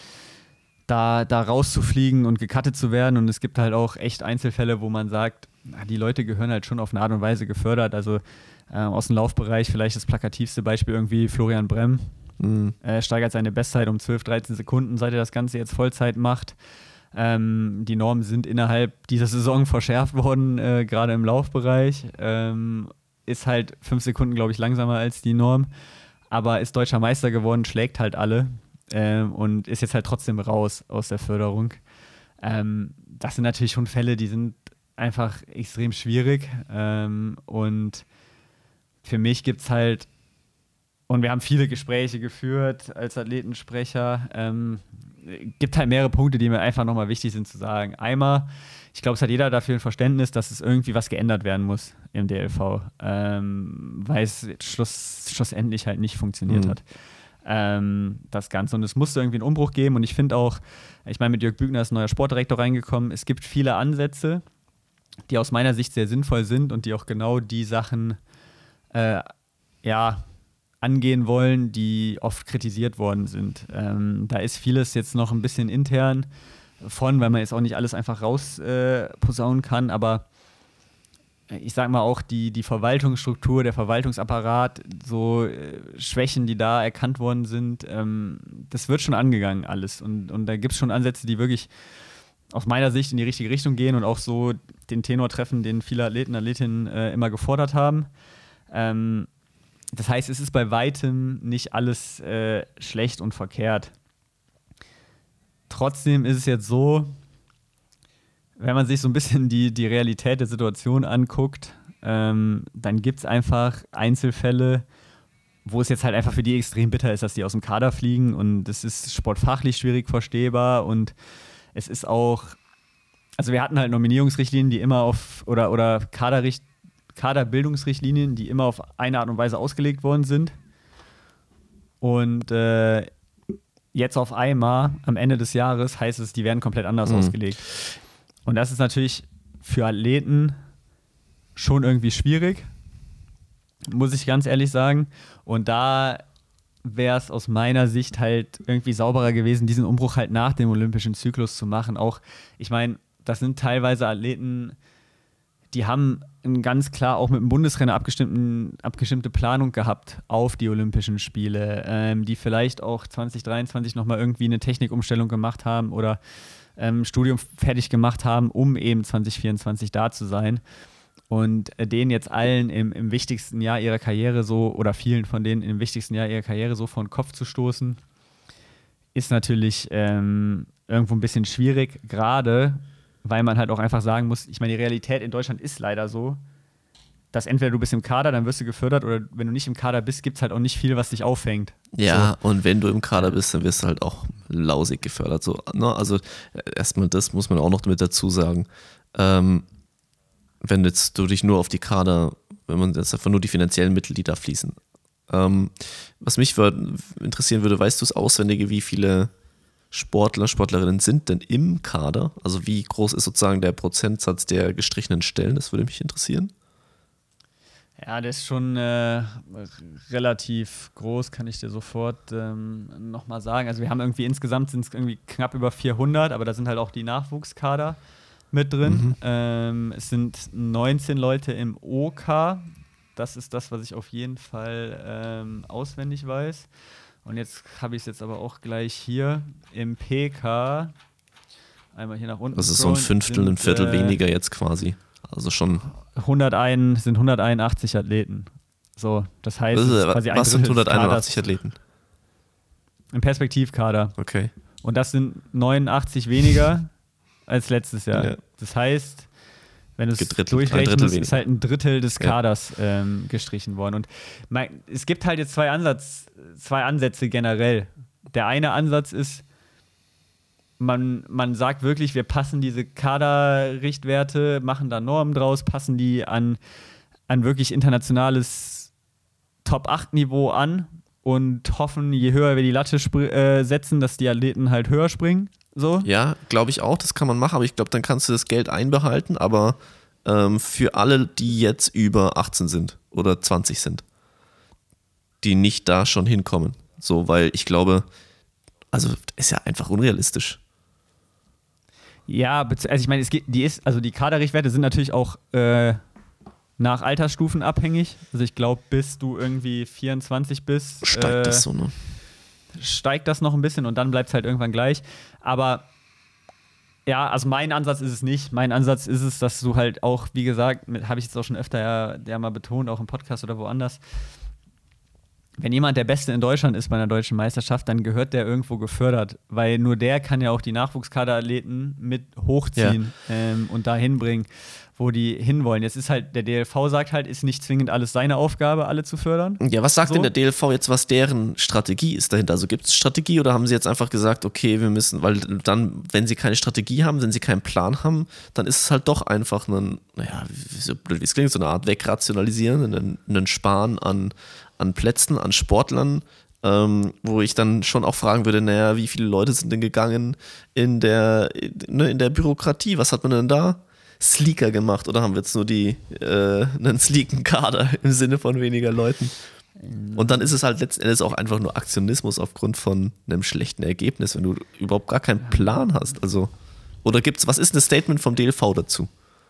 da, da rauszufliegen und gecuttet zu werden. Und es gibt halt auch echt Einzelfälle, wo man sagt, na, die Leute gehören halt schon auf eine Art und Weise gefördert. Also äh, aus dem Laufbereich vielleicht das plakativste Beispiel irgendwie Florian Bremm. Mhm. Äh, steigert seine Bestzeit um zwölf, dreizehn Sekunden, seit er das Ganze jetzt Vollzeit macht. Ähm, die Normen sind innerhalb dieser Saison verschärft worden, äh, gerade im Laufbereich. Ähm, ist halt fünf Sekunden, glaube ich, langsamer als die Norm. Aber ist deutscher Meister geworden, schlägt halt alle ähm, und ist jetzt halt trotzdem raus aus der Förderung. Ähm, das sind natürlich schon Fälle, die sind einfach extrem schwierig. Ähm, und für mich gibt es halt, und wir haben viele Gespräche geführt als Athletensprecher, ähm, gibt halt mehrere Punkte, die mir einfach nochmal wichtig sind zu sagen. Einmal, ich glaube, es hat jeder dafür ein Verständnis, dass es irgendwie was geändert werden muss im D L V, ähm, weil es schluss, schlussendlich halt nicht funktioniert mhm. hat. Ähm, das Ganze. Und es musste irgendwie einen Umbruch geben. Und ich finde auch, ich meine, mit Jörg Bügner ist ein neuer Sportdirektor reingekommen. Es gibt viele Ansätze, die aus meiner Sicht sehr sinnvoll sind und die auch genau die Sachen äh, ja, angehen wollen, die oft kritisiert worden sind. Ähm, da ist vieles jetzt noch ein bisschen intern von, weil man jetzt auch nicht alles einfach rausposaunen äh, kann, aber ich sag mal auch die, die Verwaltungsstruktur, der Verwaltungsapparat, so äh, Schwächen, die da erkannt worden sind, ähm, das wird schon angegangen alles. Und, und da gibt es schon Ansätze, die wirklich aus meiner Sicht in die richtige Richtung gehen und auch so den Tenor treffen, den viele Athleten, Athletinnen äh, immer gefordert haben. Ähm, das heißt, es ist bei weitem nicht alles äh, schlecht und verkehrt. Trotzdem ist es jetzt so, wenn man sich so ein bisschen die, die Realität der Situation anguckt, ähm, dann gibt es einfach Einzelfälle, wo es jetzt halt einfach für die extrem bitter ist, dass die aus dem Kader fliegen und es ist sportfachlich schwierig verstehbar und es ist auch, also wir hatten halt Nominierungsrichtlinien, die immer auf, oder, oder Kaderricht, Kaderbildungsrichtlinien, die immer auf eine Art und Weise ausgelegt worden sind und äh, jetzt auf einmal am Ende des Jahres heißt es, die werden komplett anders mhm. ausgelegt. Und das ist natürlich für Athleten schon irgendwie schwierig, muss ich ganz ehrlich sagen. Und da wäre es aus meiner Sicht halt irgendwie sauberer gewesen, diesen Umbruch halt nach dem olympischen Zyklus zu machen. Auch, ich meine, das sind teilweise Athleten, die haben ganz klar auch mit dem Bundesrenner abgestimmte Planung gehabt auf die Olympischen Spiele, ähm, die vielleicht auch zwanzig dreiundzwanzig nochmal irgendwie eine Technikumstellung gemacht haben oder ähm, Studium fertig gemacht haben, um eben zwanzig vierundzwanzig da zu sein. Und äh, denen jetzt allen im, im wichtigsten Jahr ihrer Karriere so, oder vielen von denen im wichtigsten Jahr ihrer Karriere so vor den Kopf zu stoßen, ist natürlich ähm, irgendwo ein bisschen schwierig, gerade weil man halt auch einfach sagen muss, ich meine, die Realität in Deutschland ist leider so, dass entweder du bist im Kader, dann wirst du gefördert, oder wenn du nicht im Kader bist, gibt es halt auch nicht viel, was dich auffängt. Ja, so. Und wenn du im Kader bist, dann wirst du halt auch lausig gefördert. So, ne? Also erstmal das muss man auch noch mit dazu sagen. Ähm, wenn jetzt du dich nur auf die Kader, wenn man das einfach nur die finanziellen Mittel, die da fließen. Ähm, was mich interessieren würde, weißt du es auswendig, wie viele Sportler, Sportlerinnen sind denn im Kader? Also wie groß ist sozusagen der Prozentsatz der gestrichenen Stellen? Das würde mich interessieren. Ja, der ist schon äh, relativ groß, kann ich dir sofort ähm, nochmal sagen. Also wir haben irgendwie insgesamt sind es irgendwie knapp über vierhundert, aber da sind halt auch die Nachwuchskader mit drin. Mhm. Ähm, es sind neunzehn Leute im O K. Das ist das, was ich auf jeden Fall ähm, auswendig weiß. Und jetzt habe ich es jetzt aber auch gleich hier im P K. Einmal hier nach unten. Das ist so ein Fünftel, sind, ein Viertel äh, weniger jetzt quasi. Also schon. hunderteins sind hunderteinundachtzig Athleten. So, das heißt, das ist, quasi ein was sind hunderteinundachtzig Athleten? Im Perspektivkader. Okay. Und das sind neunundachtzig weniger als letztes Jahr. Ja. Das heißt, wenn du es durchrechnest, ist halt ein Drittel des Kaders ja. ähm, gestrichen worden. Und mein, es gibt halt jetzt zwei, Ansatz, zwei Ansätze generell. Der eine Ansatz ist, man, man sagt wirklich, wir passen diese Kaderrichtwerte, machen da Normen draus, passen die an, an wirklich internationales Top acht Niveau an und hoffen, je höher wir die Latte spr- äh, setzen, dass die Athleten halt höher springen. So. Ja, glaube ich auch, das kann man machen, aber ich glaube, dann kannst du das Geld einbehalten, aber ähm, für alle, die jetzt über achtzehn sind oder zwanzig sind, die nicht da schon hinkommen. So, weil ich glaube, also ist ja einfach unrealistisch. Ja, also ich meine, es geht, die ist, also die Kaderrichtwerte sind natürlich auch äh, nach Altersstufen abhängig. Also ich glaube, bis du irgendwie vierundzwanzig bist, steigt äh, das so, ne? steigt das noch ein bisschen und dann bleibt es halt irgendwann gleich. Aber ja, also mein Ansatz ist es nicht. Mein Ansatz ist es, dass du halt auch, wie gesagt, habe ich jetzt auch schon öfter ja, ja mal betont, auch im Podcast oder woanders, wenn jemand der Beste in Deutschland ist bei einer deutschen Meisterschaft, dann gehört der irgendwo gefördert, weil nur der kann ja auch die Nachwuchskaderathleten mit hochziehen ja. ähm, und dahin bringen. wo die hinwollen. Jetzt ist halt, der D L V sagt halt, ist nicht zwingend alles seine Aufgabe, alle zu fördern. Ja, was sagt so. denn der D L V jetzt, was deren Strategie ist dahinter? Also gibt es Strategie oder haben sie jetzt einfach gesagt, okay, wir müssen, weil dann, wenn sie keine Strategie haben, wenn sie keinen Plan haben, dann ist es halt doch einfach ein, naja, so blöd wie es klingt, so eine Art Wegrationalisieren, ein, ein Sparen an, an Plätzen, an Sportlern, Ähm, wo ich dann schon auch fragen würde, naja, wie viele Leute sind denn gegangen in der, in, in der Bürokratie? Was hat man denn da sleeker gemacht? Oder haben wir jetzt nur die, äh, einen sleeken Kader im Sinne von weniger Leuten? Und dann ist es halt letzten Endes auch einfach nur Aktionismus aufgrund von einem schlechten Ergebnis, wenn du überhaupt gar keinen Plan hast. Also, oder gibt's, was ist ein Statement vom D L V dazu?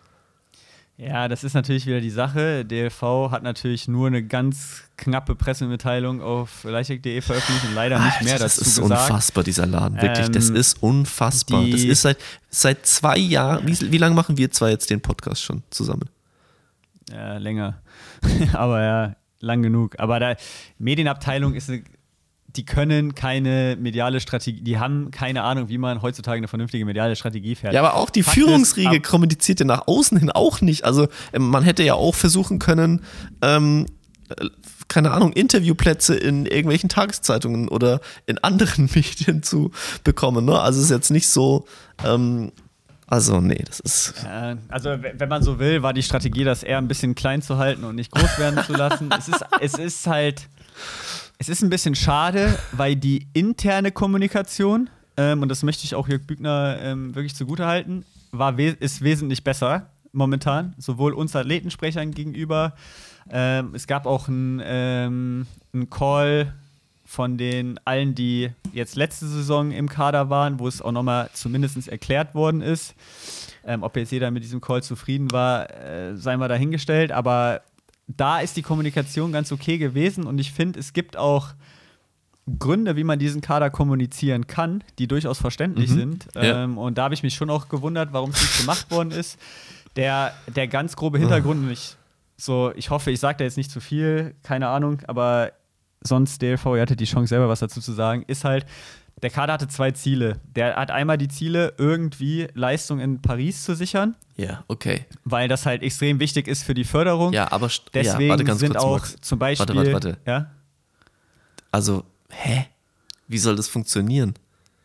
Ja, das ist natürlich wieder die Sache. D L V hat natürlich nur eine ganz knappe Pressemitteilung auf leichtathletik punkt de veröffentlicht und leider nicht mehr dazu gesagt. Das ist unfassbar, dieser Laden. Wirklich, ähm, das ist unfassbar. Das ist seit, seit zwei Jahren. Wie, wie lange machen wir zwei jetzt den Podcast schon zusammen? Ja, länger. Aber ja, lang genug. Aber da Medienabteilung ist eine, die können keine mediale Strategie, die haben keine Ahnung, wie man heutzutage eine vernünftige mediale Strategie fährt. Ja, aber auch die Fakt Führungsriege ist, kommuniziert ja nach außen hin auch nicht. Also man hätte ja auch versuchen können, ähm, keine Ahnung, Interviewplätze in irgendwelchen Tageszeitungen oder in anderen Medien zu bekommen. Ne? Also es ist jetzt nicht so, ähm, also nee, das ist... Äh, also wenn man so will, war die Strategie, das eher ein bisschen klein zu halten und nicht groß werden zu lassen. Es ist, es ist halt... Es ist ein bisschen schade, weil die interne Kommunikation, ähm, und das möchte ich auch Jörg Büchner ähm, wirklich zugutehalten, war we- ist wesentlich besser momentan, sowohl uns Athletensprechern gegenüber. Ähm, es gab auch einen ähm, Call von den allen, die jetzt letzte Saison im Kader waren, wo es auch nochmal zumindest erklärt worden ist. Ähm, ob jetzt jeder mit diesem Call zufrieden war, äh, sei mal dahingestellt, aber da ist die Kommunikation ganz okay gewesen und ich finde, es gibt auch Gründe, wie man diesen Kader kommunizieren kann, die durchaus verständlich mhm. sind. Ja. Ähm, und da habe ich mich schon auch gewundert, warum es nicht gemacht worden ist. Der, der ganz grobe Hintergrund, und ich, so, ich hoffe, ich sage da jetzt nicht zu viel, keine Ahnung, aber sonst, D L V, ihr hattet die Chance, selber was dazu zu sagen, ist halt, der Kader hatte zwei Ziele. Der hat einmal die Ziele, irgendwie Leistung in Paris zu sichern. Ja, okay. Weil das halt extrem wichtig ist für die Förderung. Ja, aber deswegen ja, warte ganz sind kurz, auch Max. zum Beispiel. Warte, warte, warte. Ja? Also, hä? Wie soll das funktionieren?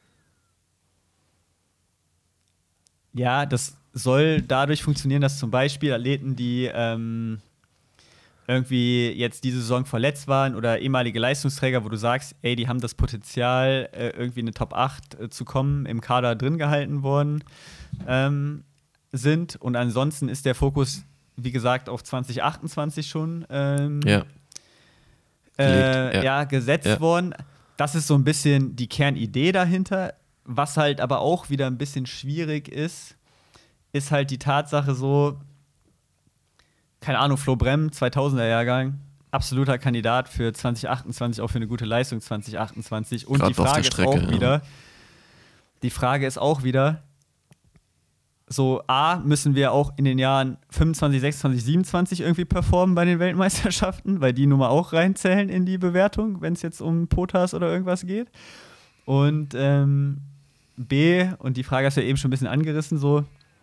Ja, das soll dadurch funktionieren, dass zum Beispiel Athleten, die ähm, irgendwie jetzt diese Saison verletzt waren oder ehemalige Leistungsträger, wo du sagst, ey, die haben das Potenzial, äh, irgendwie in eine Top acht äh, zu kommen, im Kader drin gehalten worden ähm, sind. Und ansonsten ist der Fokus, wie gesagt, auf zwanzig achtundzwanzig schon ähm, ja. Äh, ja. ja. ja, gesetzt ja. worden. Das ist so ein bisschen die Kernidee dahinter. Was halt aber auch wieder ein bisschen schwierig ist, ist halt die Tatsache so, keine Ahnung, Flo Brem, zweitausender-Jahrgang, absoluter Kandidat für zwanzig achtundzwanzig, auch für eine gute Leistung zwanzig achtundzwanzig. Und Grad die Frage Strecke, ist auch ja. wieder, die Frage ist auch wieder, so A, müssen wir auch in den Jahren fünfundzwanzig, sechsundzwanzig, siebenundzwanzig irgendwie performen bei den Weltmeisterschaften, weil die nun mal auch reinzählen in die Bewertung, wenn es jetzt um Potas oder irgendwas geht. Und ähm, B, und die Frage hast du ja eben schon ein bisschen angerissen, so,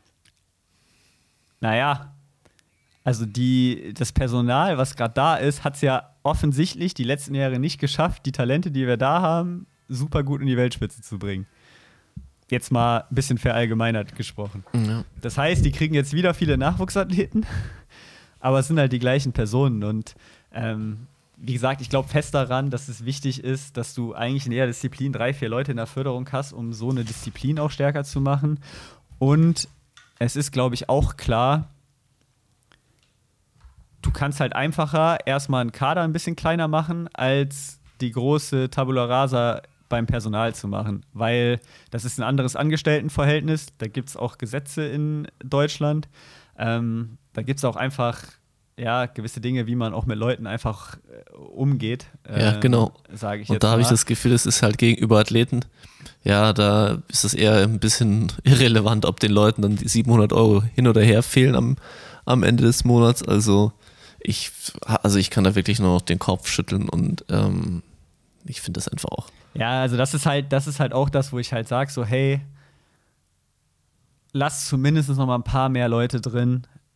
naja, also die, das Personal, was gerade da ist, hat es ja offensichtlich die letzten Jahre nicht geschafft, die Talente, die wir da haben, super gut in die Weltspitze zu bringen. Jetzt mal ein bisschen verallgemeinert gesprochen. Ja. Das heißt, die kriegen jetzt wieder viele Nachwuchsathleten, aber es sind halt die gleichen Personen. Und ähm, wie gesagt, ich glaube fest daran, dass es wichtig ist, dass du eigentlich in jeder Disziplin drei, vier Leute in der Förderung hast, um so eine Disziplin auch stärker zu machen. Und es ist, glaube ich, auch klar, du kannst halt einfacher erstmal einen Kader ein bisschen kleiner machen, als die große Tabula Rasa beim Personal zu machen, weil das ist ein anderes Angestelltenverhältnis, da gibt es auch Gesetze in Deutschland, ähm, da gibt es auch einfach ja, gewisse Dinge, wie man auch mit Leuten einfach äh, umgeht. Ähm, ja, genau. Sage ich Und jetzt da habe ich mal. das Gefühl, es ist halt gegenüber Athleten, ja, da ist es eher ein bisschen irrelevant, ob den Leuten dann die siebenhundert Euro hin oder her fehlen am, am Ende des Monats. Also ich, also ich kann da wirklich nur noch den Kopf schütteln und ähm, ich finde das einfach auch. Ja, also das ist halt, das ist halt auch das, wo ich halt sage, so hey, lass zumindest noch mal ein paar mehr Leute drin,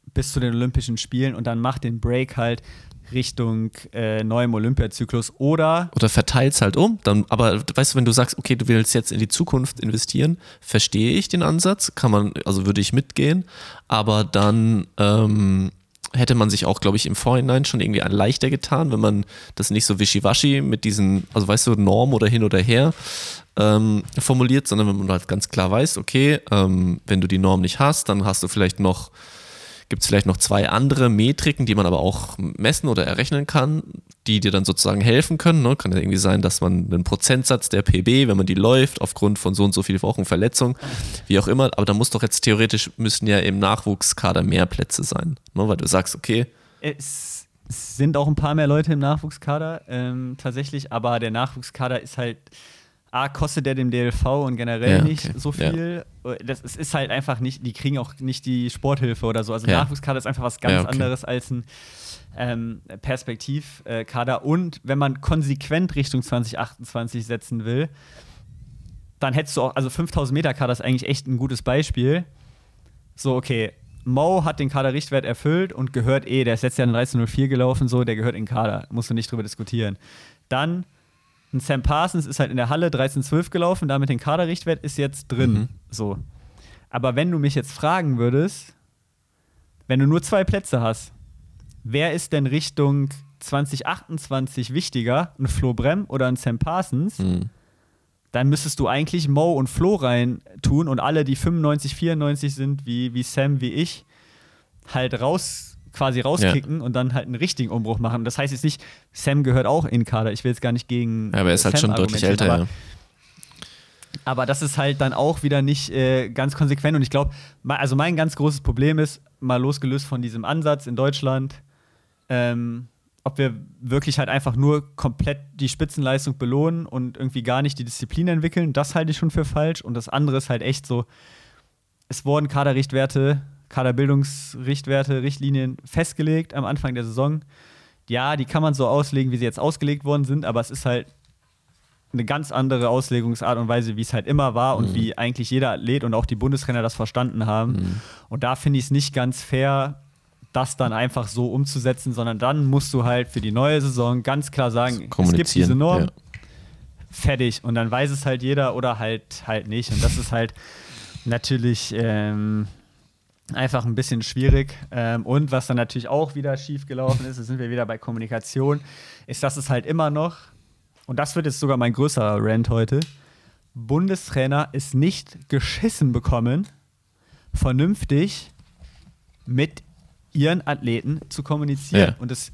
bis zu den Olympischen Spielen und dann mach den Break halt Richtung äh, neuem Olympiazyklus oder oder verteilt's halt um, dann, aber weißt du, wenn du sagst, okay, du willst jetzt in die Zukunft investieren, verstehe ich den Ansatz, kann man, also würde ich mitgehen, aber dann ähm, hätte man sich auch, glaube ich, im Vorhinein schon irgendwie leichter getan, wenn man das nicht so wischiwaschi mit diesen, also weißt du, Norm oder hin oder her ähm, formuliert, sondern wenn man halt ganz klar weiß, okay, ähm, wenn du die Norm nicht hast, dann hast du vielleicht noch gibt es vielleicht noch zwei andere Metriken, die man aber auch messen oder errechnen kann, die dir dann sozusagen helfen können. Ne? Kann ja irgendwie sein, dass man einen Prozentsatz der P B, wenn man die läuft, aufgrund von so und so vielen Wochen Verletzung, wie auch immer, aber da muss doch jetzt theoretisch, müssten ja im Nachwuchskader mehr Plätze sein, ne? Weil du sagst, okay. Es sind auch ein paar mehr Leute im Nachwuchskader, ähm, tatsächlich, aber der Nachwuchskader ist halt A, kostet der dem D L V und generell ja, okay. nicht so viel. Ja. Das es ist halt einfach nicht, die kriegen auch nicht die Sporthilfe oder so. Also ja. Nachwuchskader ist einfach was ganz ja, okay. anderes als ein ähm, Perspektivkader. Und wenn man konsequent Richtung zwanzig achtundzwanzig setzen will, dann hättest du auch, also fünftausend Meter Kader ist eigentlich echt ein gutes Beispiel. So, okay, Mo hat den Kaderrichtwert erfüllt und gehört eh, der ist letztes Jahr in dreizehn null vier gelaufen, so, der gehört in den Kader. Musst du nicht drüber diskutieren. Dann ein Sam Parsons ist halt in der Halle dreizehn zwölf gelaufen, damit den Kaderrichtwert ist jetzt drin. Mhm. So. Aber wenn du mich jetzt fragen würdest, wenn du nur zwei Plätze hast, wer ist denn Richtung zwanzig achtundzwanzig wichtiger, ein Flo Brem oder ein Sam Parsons? Mhm. Dann müsstest du eigentlich Mo und Flo rein tun und alle, die fünfundneunzig, vierundneunzig sind, wie, wie Sam, wie ich, halt raus quasi rauskicken ja. und dann halt einen richtigen Umbruch machen. Das heißt jetzt nicht, Sam gehört auch in den Kader. Ich will jetzt gar nicht gegen Ja, aber er ist halt schon deutlich älter, aber, ja. aber das ist halt dann auch wieder nicht äh, ganz konsequent. Und ich glaube, also mein ganz großes Problem ist, mal losgelöst von diesem Ansatz in Deutschland, ähm, ob wir wirklich halt einfach nur komplett die Spitzenleistung belohnen und irgendwie gar nicht die Disziplin entwickeln. Das halte ich schon für falsch. Und das andere ist halt echt so, es wurden Kaderrichtwerte Kaderbildungsrichtwerte, Richtlinien festgelegt am Anfang der Saison. Ja, die kann man so auslegen, wie sie jetzt ausgelegt worden sind, aber es ist halt eine ganz andere Auslegungsart und Weise, wie es halt immer war mhm. und wie eigentlich jeder Athlet und auch die Bundestrainer das verstanden haben. Mhm. Und da finde ich es nicht ganz fair, das dann einfach so umzusetzen, sondern dann musst du halt für die neue Saison ganz klar sagen, es gibt diese Norm, ja. fertig. Und dann weiß es halt jeder oder halt halt nicht. Und das ist halt natürlich ähm, einfach ein bisschen schwierig. Ähm, und was dann natürlich auch wieder schief gelaufen ist, da sind wir wieder bei Kommunikation, ist, dass es halt immer noch, und das wird jetzt sogar mein größerer Rant heute, Bundestrainer es nicht geschissen bekommen, vernünftig mit ihren Athleten zu kommunizieren. Ja. Und das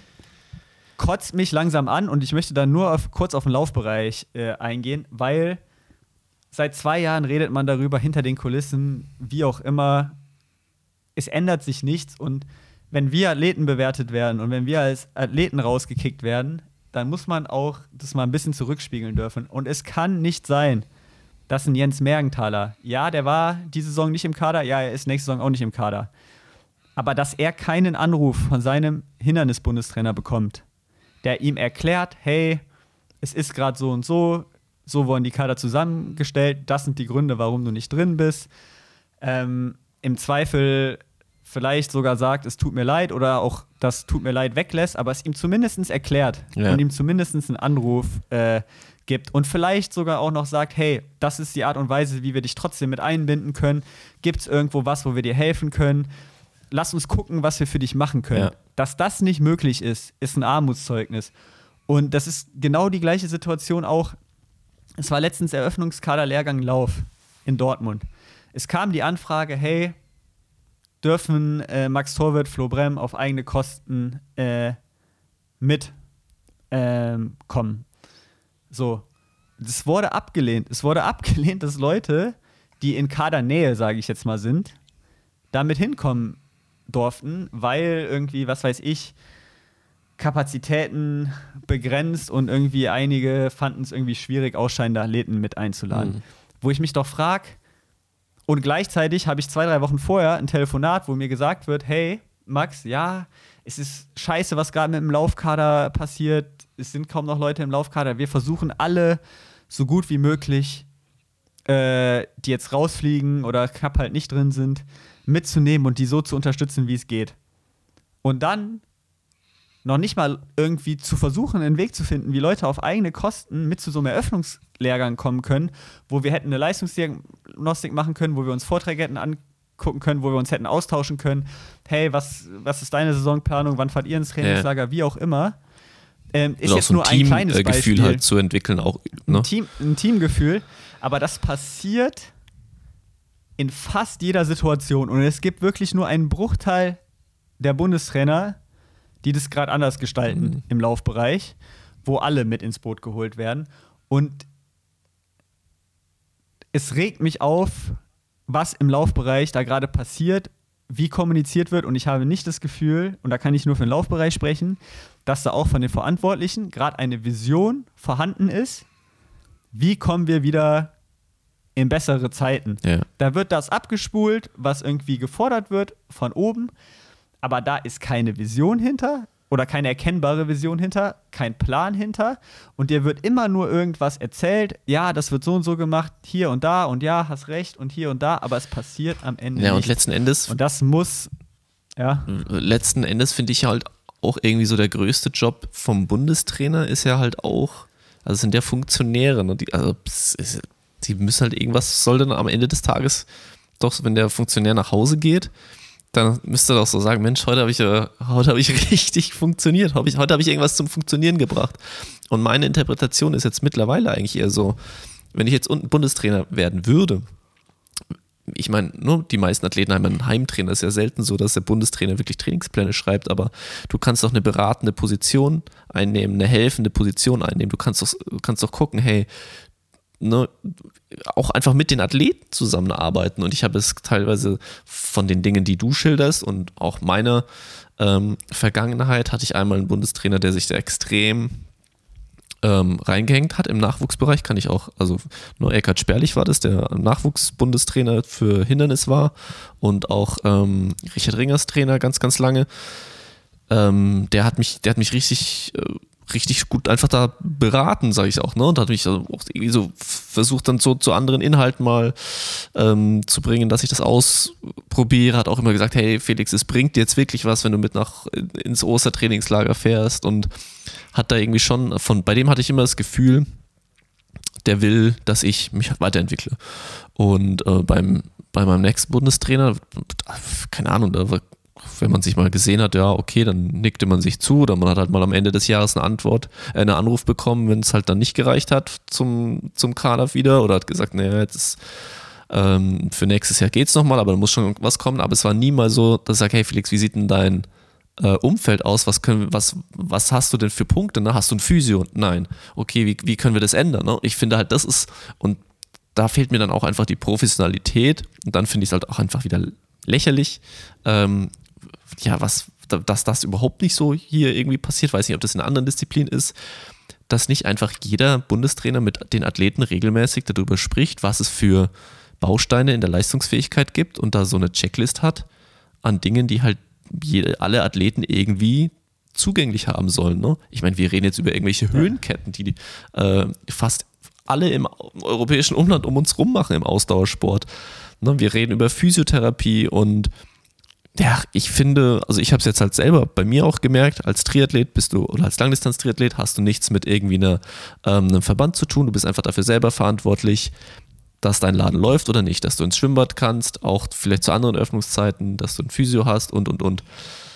kotzt mich langsam an und ich möchte da nur auf, kurz auf den Laufbereich äh, eingehen, weil seit zwei Jahren redet man darüber, hinter den Kulissen, wie auch immer, es ändert sich nichts und wenn wir Athleten bewertet werden und wenn wir als Athleten rausgekickt werden, dann muss man auch das mal ein bisschen zurückspiegeln dürfen. Und es kann nicht sein, dass ein Jens Mergenthaler, ja, der war die Saison nicht im Kader, ja, er ist nächste Saison auch nicht im Kader, aber dass er keinen Anruf von seinem Hindernis-Bundestrainer bekommt, der ihm erklärt, hey, es ist gerade so und so, so wurden die Kader zusammengestellt, das sind die Gründe, warum du nicht drin bist. Ähm, im Zweifel vielleicht sogar sagt, es tut mir leid oder auch das tut mir leid weglässt, aber es ihm zumindest erklärt ja. und ihm zumindest einen Anruf äh, gibt und vielleicht sogar auch noch sagt, hey, das ist die Art und Weise, wie wir dich trotzdem mit einbinden können. Gibt es irgendwo was, wo wir dir helfen können? Lass uns gucken, was wir für dich machen können. Ja. Dass das nicht möglich ist, ist ein Armutszeugnis. Und das ist genau die gleiche Situation auch. Es war letztens Eröffnungskader-Lehrgang Lauf in Dortmund. Es kam die Anfrage, hey, dürfen äh, Max Torwirt, Flo Brem auf eigene Kosten äh, mit ähm, kommen. So. Das wurde abgelehnt. Es wurde abgelehnt, dass Leute, die in Kadernähe, sage ich jetzt mal, sind, damit hinkommen durften, weil irgendwie, was weiß ich, Kapazitäten begrenzt und irgendwie einige fanden es irgendwie schwierig, ausscheidende Athleten mit einzuladen. Mhm. Wo ich mich doch frage, und gleichzeitig habe ich zwei, drei Wochen vorher ein Telefonat, wo mir gesagt wird, hey, Max, ja, es ist scheiße, was gerade mit dem Laufkader passiert, es sind kaum noch Leute im Laufkader, wir versuchen alle so gut wie möglich, äh, die jetzt rausfliegen oder knapp halt nicht drin sind, mitzunehmen und die so zu unterstützen, wie es geht. Und dann noch nicht mal irgendwie zu versuchen, einen Weg zu finden, wie Leute auf eigene Kosten mit zu so einem Eröffnungslehrgang kommen können, wo wir hätten eine Leistungsdiagnostik machen können, wo wir uns Vorträge hätten angucken können, wo wir uns hätten austauschen können. Hey, was, was ist deine Saisonplanung? Wann fahrt ihr ins Trainingslager? Ja. Wie auch immer. Ähm, ist auch jetzt so ein nur ein kleines Team, Beispiel. Gefühl halt zu entwickeln auch. Ne? Ein, Team, ein Teamgefühl. Aber das passiert in fast jeder Situation. Und es gibt wirklich nur einen Bruchteil der Bundestrainer, die das gerade anders gestalten mhm. im Laufbereich, wo alle mit ins Boot geholt werden. Und es regt mich auf, was im Laufbereich da gerade passiert, wie kommuniziert wird. Und ich habe nicht das Gefühl, und da kann ich nur für den Laufbereich sprechen, dass da auch von den Verantwortlichen gerade eine Vision vorhanden ist, wie kommen wir wieder in bessere Zeiten. Ja. Da wird das abgespult, was irgendwie gefordert wird von oben, aber da ist keine Vision hinter oder keine erkennbare Vision hinter, kein Plan hinter und dir wird immer nur irgendwas erzählt, ja, das wird so und so gemacht, hier und da und ja, hast recht und hier und da, aber es passiert am Ende ja, nicht. Und letzten Endes und das muss, ja. Letzten Endes finde ich halt auch irgendwie so der größte Job vom Bundestrainer ist ja halt auch, also sind ja Funktionäre, ne? Die, also die müssen halt irgendwas, soll dann am Ende des Tages doch, wenn der Funktionär nach Hause geht, dann müsste er doch so sagen, Mensch, heute habe ich, äh, heute habe ich richtig funktioniert, heute habe ich irgendwas zum Funktionieren gebracht. Und meine Interpretation ist jetzt mittlerweile eigentlich eher so, wenn ich jetzt unten Bundestrainer werden würde, ich meine, nur die meisten Athleten haben einen Heimtrainer, ist ja selten so, dass der Bundestrainer wirklich Trainingspläne schreibt, aber du kannst doch eine beratende Position einnehmen, eine helfende Position einnehmen, du kannst doch, du kannst doch gucken, hey, ne, auch einfach mit den Athleten zusammenarbeiten und ich habe es teilweise von den Dingen, die du schilderst und auch meiner ähm, Vergangenheit, hatte ich einmal einen Bundestrainer, der sich da extrem ähm, reingehängt hat im Nachwuchsbereich, kann ich auch, also nur Eckhard Sperlich war das, der Nachwuchsbundestrainer für Hindernis war und auch ähm, Richard Ringers Trainer ganz, ganz lange. Ähm, der hat mich, der hat mich richtig äh, richtig gut einfach da beraten, sage ich auch, ne? Und hat mich auch irgendwie so versucht, dann so zu anderen Inhalten mal ähm, zu bringen, dass ich das ausprobiere. Hat auch immer gesagt, hey Felix, es bringt dir jetzt wirklich was, wenn du mit nach ins Ostertrainingslager fährst und hat da irgendwie schon, von bei dem hatte ich immer das Gefühl, der will, dass ich mich weiterentwickle. Und äh, beim, bei meinem nächsten Bundestrainer, keine Ahnung, da war wenn man sich mal gesehen hat, ja, okay, dann nickte man sich zu oder man hat halt mal am Ende des Jahres eine Antwort, äh, einen Anruf bekommen, wenn es halt dann nicht gereicht hat zum, zum Kader wieder oder hat gesagt, naja, jetzt ist, ähm, für nächstes Jahr geht's nochmal, aber da muss schon was kommen, aber es war nie mal so, dass ich sage, hey Felix, wie sieht denn dein äh, Umfeld aus, was können, was, was hast du denn für Punkte, ne? Hast du ein Physio? Nein. Okay, wie, wie können wir das ändern, ne? Ich finde halt, das ist, und da fehlt mir dann auch einfach die Professionalität und dann finde ich es halt auch einfach wieder lächerlich, ähm, ja, was, dass das überhaupt nicht so hier irgendwie passiert, weiß nicht, ob das in einer anderen Disziplin ist, dass nicht einfach jeder Bundestrainer mit den Athleten regelmäßig darüber spricht, was es für Bausteine in der Leistungsfähigkeit gibt und da so eine Checklist hat an Dingen, die halt jede, alle Athleten irgendwie zugänglich haben sollen. Ne? Ich meine, wir reden jetzt über irgendwelche Höhenketten, die, die äh, fast alle im europäischen Umland um uns rum machen im Ausdauersport. Ne? Wir reden über Physiotherapie und ja, ich finde, also ich habe es jetzt halt selber bei mir auch gemerkt, als Triathlet bist du, oder als Langdistanz-Triathlet hast du nichts mit irgendwie einer, ähm, einem Verband zu tun, du bist einfach dafür selber verantwortlich, dass dein Laden läuft oder nicht, dass du ins Schwimmbad kannst, auch vielleicht zu anderen Öffnungszeiten, dass du ein Physio hast und, und, und.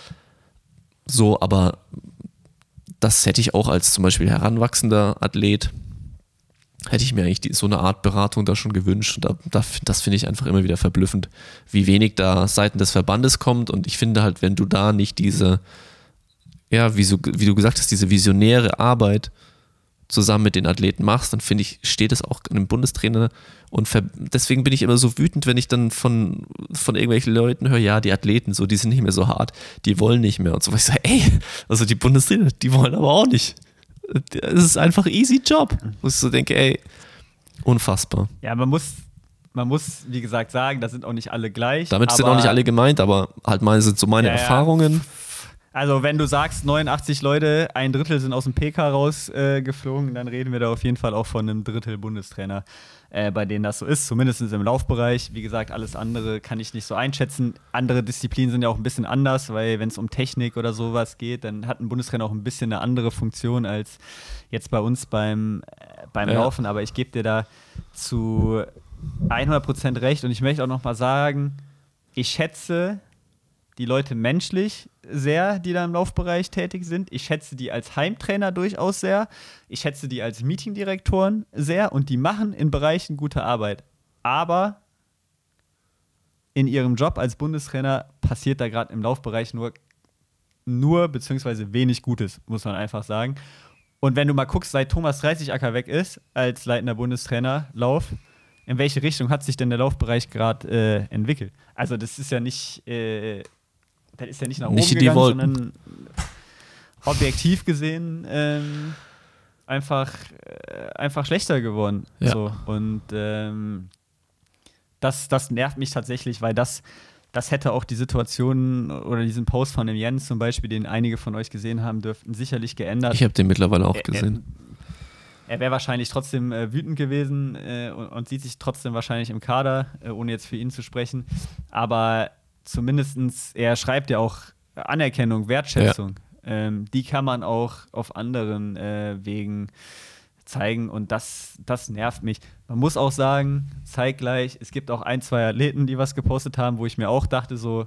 So, aber das hätte ich auch als zum Beispiel heranwachsender Athlet, hätte ich mir eigentlich die, so eine Art Beratung da schon gewünscht. Und da, da, das finde ich einfach immer wieder verblüffend, wie wenig da seitens des Verbandes kommt. Und ich finde halt, wenn du da nicht diese, ja, wie, so, wie du gesagt hast, diese visionäre Arbeit zusammen mit den Athleten machst, dann finde ich, steht es auch einem Bundestrainer. Und ver- deswegen bin ich immer so wütend, wenn ich dann von, von irgendwelchen Leuten höre, ja, die Athleten, so, die sind nicht mehr so hart, die wollen nicht mehr. Und so, weil ich sage, ey, also die Bundestrainer, die wollen aber auch nicht. Es ist einfach ein easy Job. Wo ich so denke, ey, unfassbar. Ja, man muss, man muss, wie gesagt, sagen, da sind auch nicht alle gleich. Damit sind auch nicht alle gemeint, aber halt meine, sind so meine ja, Erfahrungen. Ja. Also wenn du sagst, neunundachtzig Leute, ein Drittel sind aus dem P K rausgeflogen, äh, dann reden wir da auf jeden Fall auch von einem Drittel Bundestrainer. äh, bei denen das so ist, zumindest im Laufbereich. Wie gesagt, alles andere kann ich nicht so einschätzen. Andere Disziplinen sind ja auch ein bisschen anders, weil wenn es um Technik oder sowas geht, dann hat ein Bundestrainer auch ein bisschen eine andere Funktion als jetzt bei uns beim, äh, beim ja. Laufen. Aber ich gebe dir da zu hundert Prozent recht und ich möchte auch noch mal sagen, ich schätze die Leute menschlich sehr, die da im Laufbereich tätig sind. Ich schätze die als Heimtrainer durchaus sehr. Ich schätze die als Meetingdirektoren sehr und die machen in Bereichen gute Arbeit. Aber in ihrem Job als Bundestrainer passiert da gerade im Laufbereich nur, nur beziehungsweise wenig Gutes, muss man einfach sagen. Und wenn du mal guckst, seit Thomas Dreißigacker weg ist als leitender Bundestrainer Lauf, in welche Richtung hat sich denn der Laufbereich gerade äh, entwickelt? Also das ist ja nicht, äh, das ist ja nicht nach nicht oben gegangen, Wolken. sondern objektiv gesehen ähm, einfach, äh, einfach schlechter geworden. Ja. So. Und ähm, das, das nervt mich tatsächlich, weil das, das hätte auch die Situation oder diesen Post von dem Jens zum Beispiel, den einige von euch gesehen haben dürften, sicherlich geändert. Ich habe den mittlerweile auch er, gesehen. Er, er wäre wahrscheinlich trotzdem äh, wütend gewesen äh, und, und sieht sich trotzdem wahrscheinlich im Kader, äh, ohne jetzt für ihn zu sprechen. Aber zumindestens, er schreibt ja auch Anerkennung, Wertschätzung. Ja. Ähm, die kann man auch auf anderen äh, Wegen zeigen und das, das nervt mich. Man muss auch sagen, zeitgleich, es gibt auch ein, zwei Athleten, die was gepostet haben, wo ich mir auch dachte so,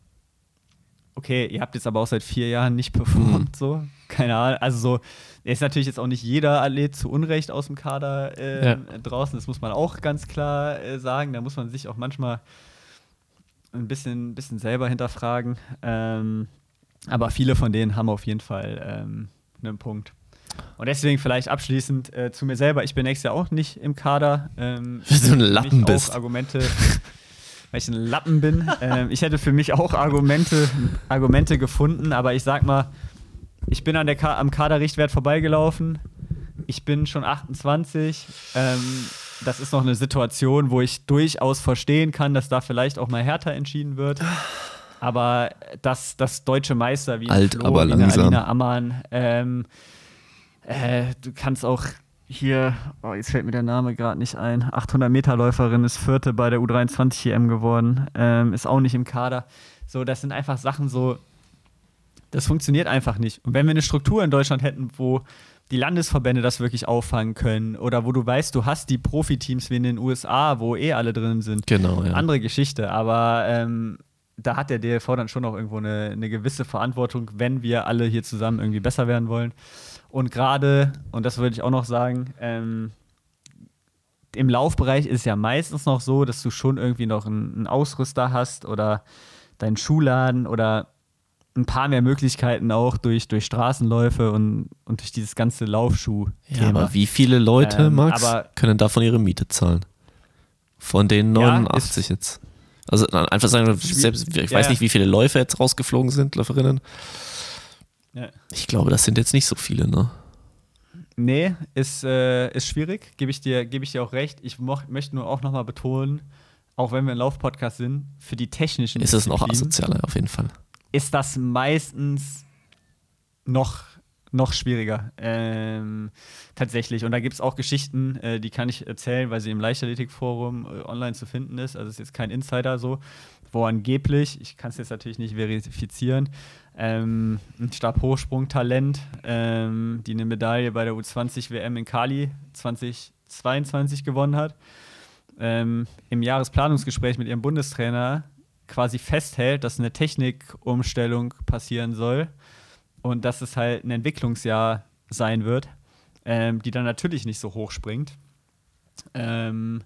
okay, ihr habt jetzt aber auch seit vier Jahren nicht performt, mhm. so, keine Ahnung. Also so, ist natürlich jetzt auch nicht jeder Athlet zu Unrecht aus dem Kader äh, ja. draußen, das muss man auch ganz klar äh, sagen. Da muss man sich auch manchmal ein bisschen, bisschen selber hinterfragen. Ähm, aber viele von denen haben auf jeden Fall ähm, einen Punkt. Und deswegen vielleicht abschließend äh, zu mir selber. Ich bin nächstes Jahr auch nicht im Kader. Ähm, Weil du ein Lappen bist. Argumente, weil ich ein Lappen bin. ähm, ich hätte für mich auch Argumente, Argumente gefunden, aber ich sag mal, ich bin an der Ka- am Kaderrichtwert vorbeigelaufen. Ich bin schon achtundzwanzig. Ähm, das ist noch eine Situation, wo ich durchaus verstehen kann, dass da vielleicht auch mal härter entschieden wird. Aber dass das deutsche Meister wie Alt, Flo, aber wie eine langsam. Alina Ammann, ähm, äh, du kannst auch hier, oh, jetzt fällt mir der Name gerade nicht ein, achthundert-Meter-Läuferin ist Vierte bei der U dreiundzwanzig E M geworden, ähm, ist auch nicht im Kader. So, das sind einfach Sachen so, das funktioniert einfach nicht. Und wenn wir eine Struktur in Deutschland hätten, wo die Landesverbände das wirklich auffangen können oder wo du weißt, du hast die Profiteams wie in den U S A, wo eh alle drin sind, genau, ja. andere Geschichte, aber ähm, da hat der D L V dann schon auch irgendwo eine, eine gewisse Verantwortung, wenn wir alle hier zusammen irgendwie besser werden wollen. Und gerade, und das würde ich auch noch sagen, ähm, im Laufbereich ist es ja meistens noch so, dass du schon irgendwie noch einen, einen Ausrüster hast oder deinen Schuhladen oder ein paar mehr Möglichkeiten auch durch, durch Straßenläufe und, und durch dieses ganze Laufschuh-Thema. Ja, aber wie viele Leute, ähm, Max, aber, können davon ihre Miete zahlen? Von den neunundachtzig ja, jetzt. Also einfach sagen, selbst, ich ja, weiß ja. nicht, wie viele Läufer jetzt rausgeflogen sind, Läuferinnen. Ja. Ich glaube, das sind jetzt nicht so viele, ne? Nee, ist, äh, ist schwierig, gebe ich dir, gebe ich dir auch recht. Ich mo- möchte nur auch nochmal betonen, auch wenn wir ein Laufpodcast sind, für die technischen Ist es noch Disziplinen asozialer, auf jeden Fall. ist das meistens noch, noch schwieriger. Ähm, tatsächlich. Und da gibt es auch Geschichten, äh, die kann ich erzählen, weil sie im Leichtathletikforum äh, online zu finden ist. Also es ist jetzt kein Insider so, wo angeblich, ich kann es jetzt natürlich nicht verifizieren, ähm, ein Stabhochsprungtalent, ähm, die eine Medaille bei der U zwanzig W M in Cali zwanzig zweiundzwanzig gewonnen hat, ähm, im Jahresplanungsgespräch mit ihrem Bundestrainer quasi festhält, dass eine Technikumstellung passieren soll und dass es halt ein Entwicklungsjahr sein wird, ähm, die dann natürlich nicht so hoch springt. Ähm,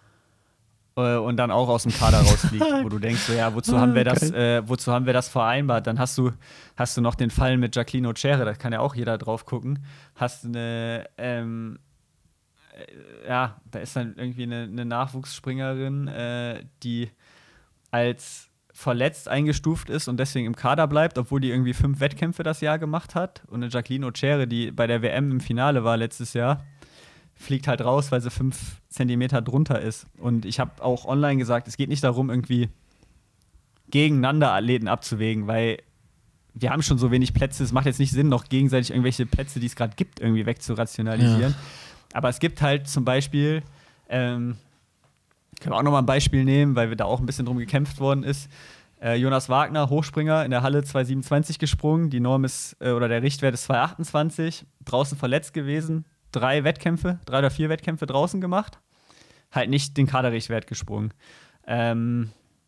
äh, und dann auch aus dem Kader rausfliegt, wo du denkst, so, ja, wozu haben wir das, äh, wozu haben wir das vereinbart? Dann hast du, hast du noch den Fall mit Jacqueline Ocere, da kann ja auch jeder drauf gucken. Hast eine, ähm, äh, ja, da ist dann irgendwie eine, eine Nachwuchsspringerin, äh, die als verletzt eingestuft ist und deswegen im Kader bleibt, obwohl die irgendwie fünf Wettkämpfe das Jahr gemacht hat. Und eine Jacqueline Ocere, die bei der W M im Finale war letztes Jahr, fliegt halt raus, weil sie fünf Zentimeter drunter ist. Und ich habe auch online gesagt, es geht nicht darum, irgendwie gegeneinander Athleten abzuwägen, weil wir haben schon so wenig Plätze. Es macht jetzt nicht Sinn, noch gegenseitig irgendwelche Plätze, die es gerade gibt, irgendwie wegzurationalisieren. Ja. Aber es gibt halt zum Beispiel Ähm, können wir auch nochmal ein Beispiel nehmen, weil wir da auch ein bisschen drum gekämpft worden ist. Äh, Jonas Wagner, Hochspringer, in der Halle zwei siebenundzwanzig gesprungen. Die Norm ist, äh, oder der Richtwert ist zwei achtundzwanzig. Draußen verletzt gewesen. Drei Wettkämpfe, drei oder vier Wettkämpfe draußen gemacht. Halt nicht den Kaderrichtwert gesprungen. Ähm,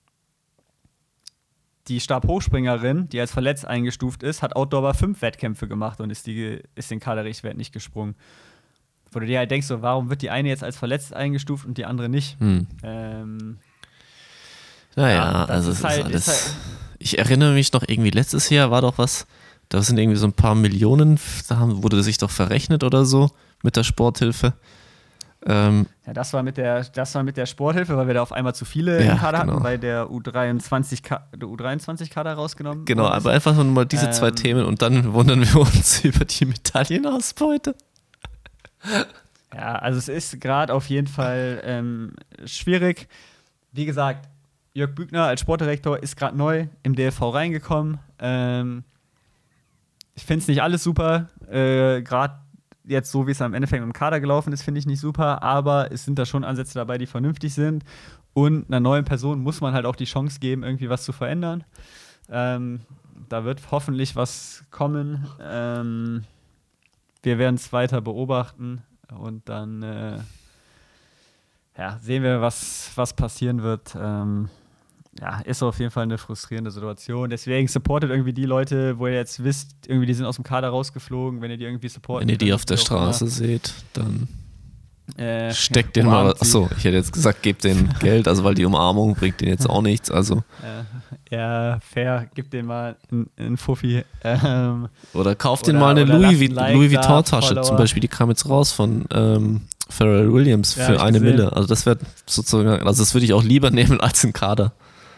die Stabhochspringerin, die als verletzt eingestuft ist, hat Outdoor aber fünf Wettkämpfe gemacht und ist, die, ist den Kaderrichtwert nicht gesprungen. Wo du dir halt denkst, so, warum wird die eine jetzt als verletzt eingestuft und die andere nicht? Hm. Ähm, naja, ja, also ist es halt, ist alles. Ist halt, ich erinnere mich noch irgendwie, letztes Jahr war doch was, da sind irgendwie so ein paar Millionen, da haben, wurde sich doch verrechnet oder so mit der Sporthilfe. Ähm, ja, das war, mit der, das war mit der Sporthilfe, weil wir da auf einmal zu viele ja, im Kader genau. hatten, weil der U dreiundzwanzig-Kader rausgenommen Genau, worden ist. aber einfach nur mal diese ähm, zwei Themen und dann wundern wir uns über die Medaillenausbeute. Ja, also es ist gerade auf jeden Fall ähm, schwierig. Wie gesagt, Jörg Bügner als Sportdirektor ist gerade neu im D L V reingekommen. Ähm, ich finde es nicht alles super, äh, gerade jetzt so, wie es am Endeffekt im Kader gelaufen ist, finde ich nicht super, aber es sind da schon Ansätze dabei, die vernünftig sind und einer neuen Person muss man halt auch die Chance geben, irgendwie was zu verändern. Ähm, da wird hoffentlich was kommen. Ähm, wir werden es weiter beobachten und dann äh, ja, sehen wir, was, was passieren wird. Ähm, ja, ist auf jeden Fall eine frustrierende Situation. Deswegen supportet irgendwie die Leute, wo ihr jetzt wisst, irgendwie die sind aus dem Kader rausgeflogen, wenn ihr die irgendwie supportet. Wenn ihr die auf der Straße immer seht, dann äh, steckt ja, denen mal, achso, ich hätte jetzt gesagt, gebt denen Geld, also weil die Umarmung bringt denen jetzt auch nichts, also. Äh, ja, fair, gib denen mal einen Fuffi. Ähm, oder kauft denen mal eine Louis, like Louis Vuitton-Tasche zum Beispiel, die kam jetzt raus von ähm, Pharrell Williams ja, für eine gesehen. Mille. Also das wäre sozusagen, also das würde ich auch lieber nehmen als einen Kader.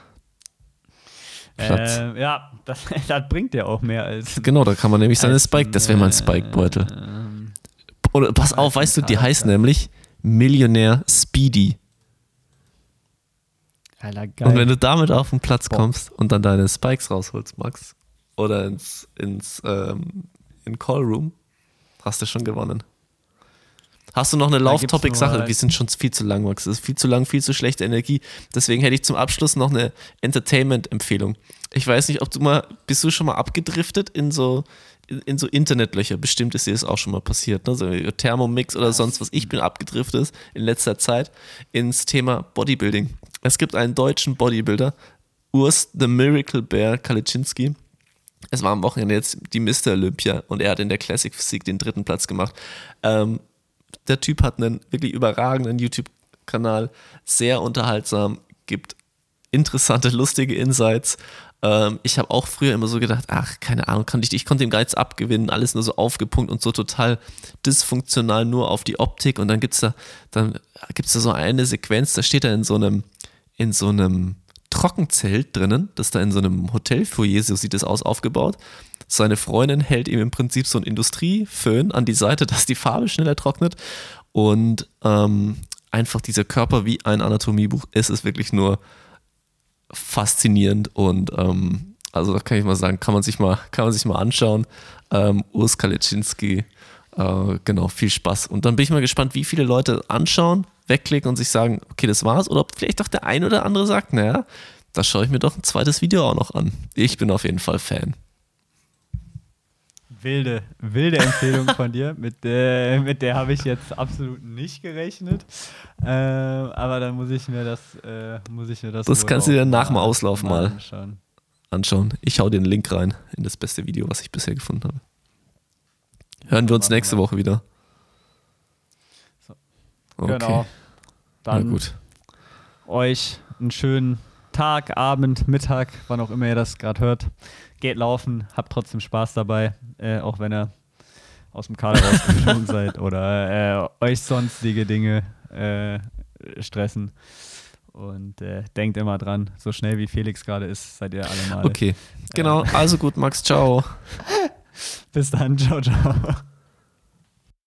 Äh, ja, das, das bringt ja auch mehr als. Genau, da kann man nämlich seine Spike, das wäre mein Spike-Beutel. Ähm, Oder pass auf, weißt du, die heißt nämlich Millionär Speedy. Alter, geil. Und wenn du damit auf den Platz kommst und dann deine Spikes rausholst, Max, oder ins, ins ähm, in Callroom, hast du schon gewonnen. Hast du noch eine Lauf-Topic-Sache? Wir sind schon viel zu lang, Max. Es ist viel zu lang, viel zu schlechte Energie. Deswegen hätte ich zum Abschluss noch eine Entertainment-Empfehlung. Ich weiß nicht, ob du mal, bist du schon mal abgedriftet in so, in, in so Internetlöcher? Bestimmt ist dir das auch schon mal passiert, ne? So Thermomix oder sonst was. Ich bin abgedriftet in letzter Zeit ins Thema Bodybuilding. Es gibt einen deutschen Bodybuilder, Urs the Miracle Bear Kaliczynski. Es war am Wochenende jetzt die Mister Olympia und er hat in der Classic Physik den dritten Platz gemacht. Ähm, Der Typ hat einen wirklich überragenden YouTube-Kanal, sehr unterhaltsam, gibt interessante, lustige Insights. Ähm, ich habe auch früher immer so gedacht, ach, keine Ahnung, kann ich, ich konnte dem Geiz abgewinnen, alles nur so aufgepumpt und so total dysfunktional nur auf die Optik. Und dann gibt es da, dann gibt's da so eine Sequenz, da steht er in so einem, in so einem Trockenzelt drinnen, das da in so einem Hotelfoyer, so sieht es aus, aufgebaut. Seine Freundin hält ihm im Prinzip so einen Industrieföhn an die Seite, dass die Farbe schneller trocknet und ähm, einfach dieser Körper wie ein Anatomiebuch. Es ist wirklich nur faszinierend und ähm, also da kann ich mal sagen, kann man sich mal, kann man sich mal anschauen. Ähm, Urs Kaliczynski, äh, genau, viel Spaß. Und dann bin ich mal gespannt, wie viele Leute anschauen, wegklicken und sich sagen, okay, das war's, oder ob vielleicht doch der ein oder andere sagt, naja, da schaue ich mir doch ein zweites Video auch noch an. Ich bin auf jeden Fall Fan. Wilde, wilde Empfehlung von dir. Mit, äh, mit der habe ich jetzt absolut nicht gerechnet. Äh, aber dann muss ich mir das, äh, muss ich mir das. Das kannst du dir nach dem Auslauf mal anschauen. anschauen. Ich hau dir einen Link rein in das beste Video, was ich bisher gefunden habe. Hören wir uns nächste Woche wieder. So. Okay. Genau. Dann Na gut. Euch einen schönen Tag, Abend, Mittag, wann auch immer ihr das gerade hört. Geht laufen, habt trotzdem Spaß dabei, äh, auch wenn ihr aus dem Kader rausgeflogen seid oder äh, euch sonstige Dinge äh, stressen. Und äh, denkt immer dran, so schnell wie Felix gerade ist, seid ihr alle mal. Okay, genau. Also gut, Max, ciao. Bis dann, ciao, ciao.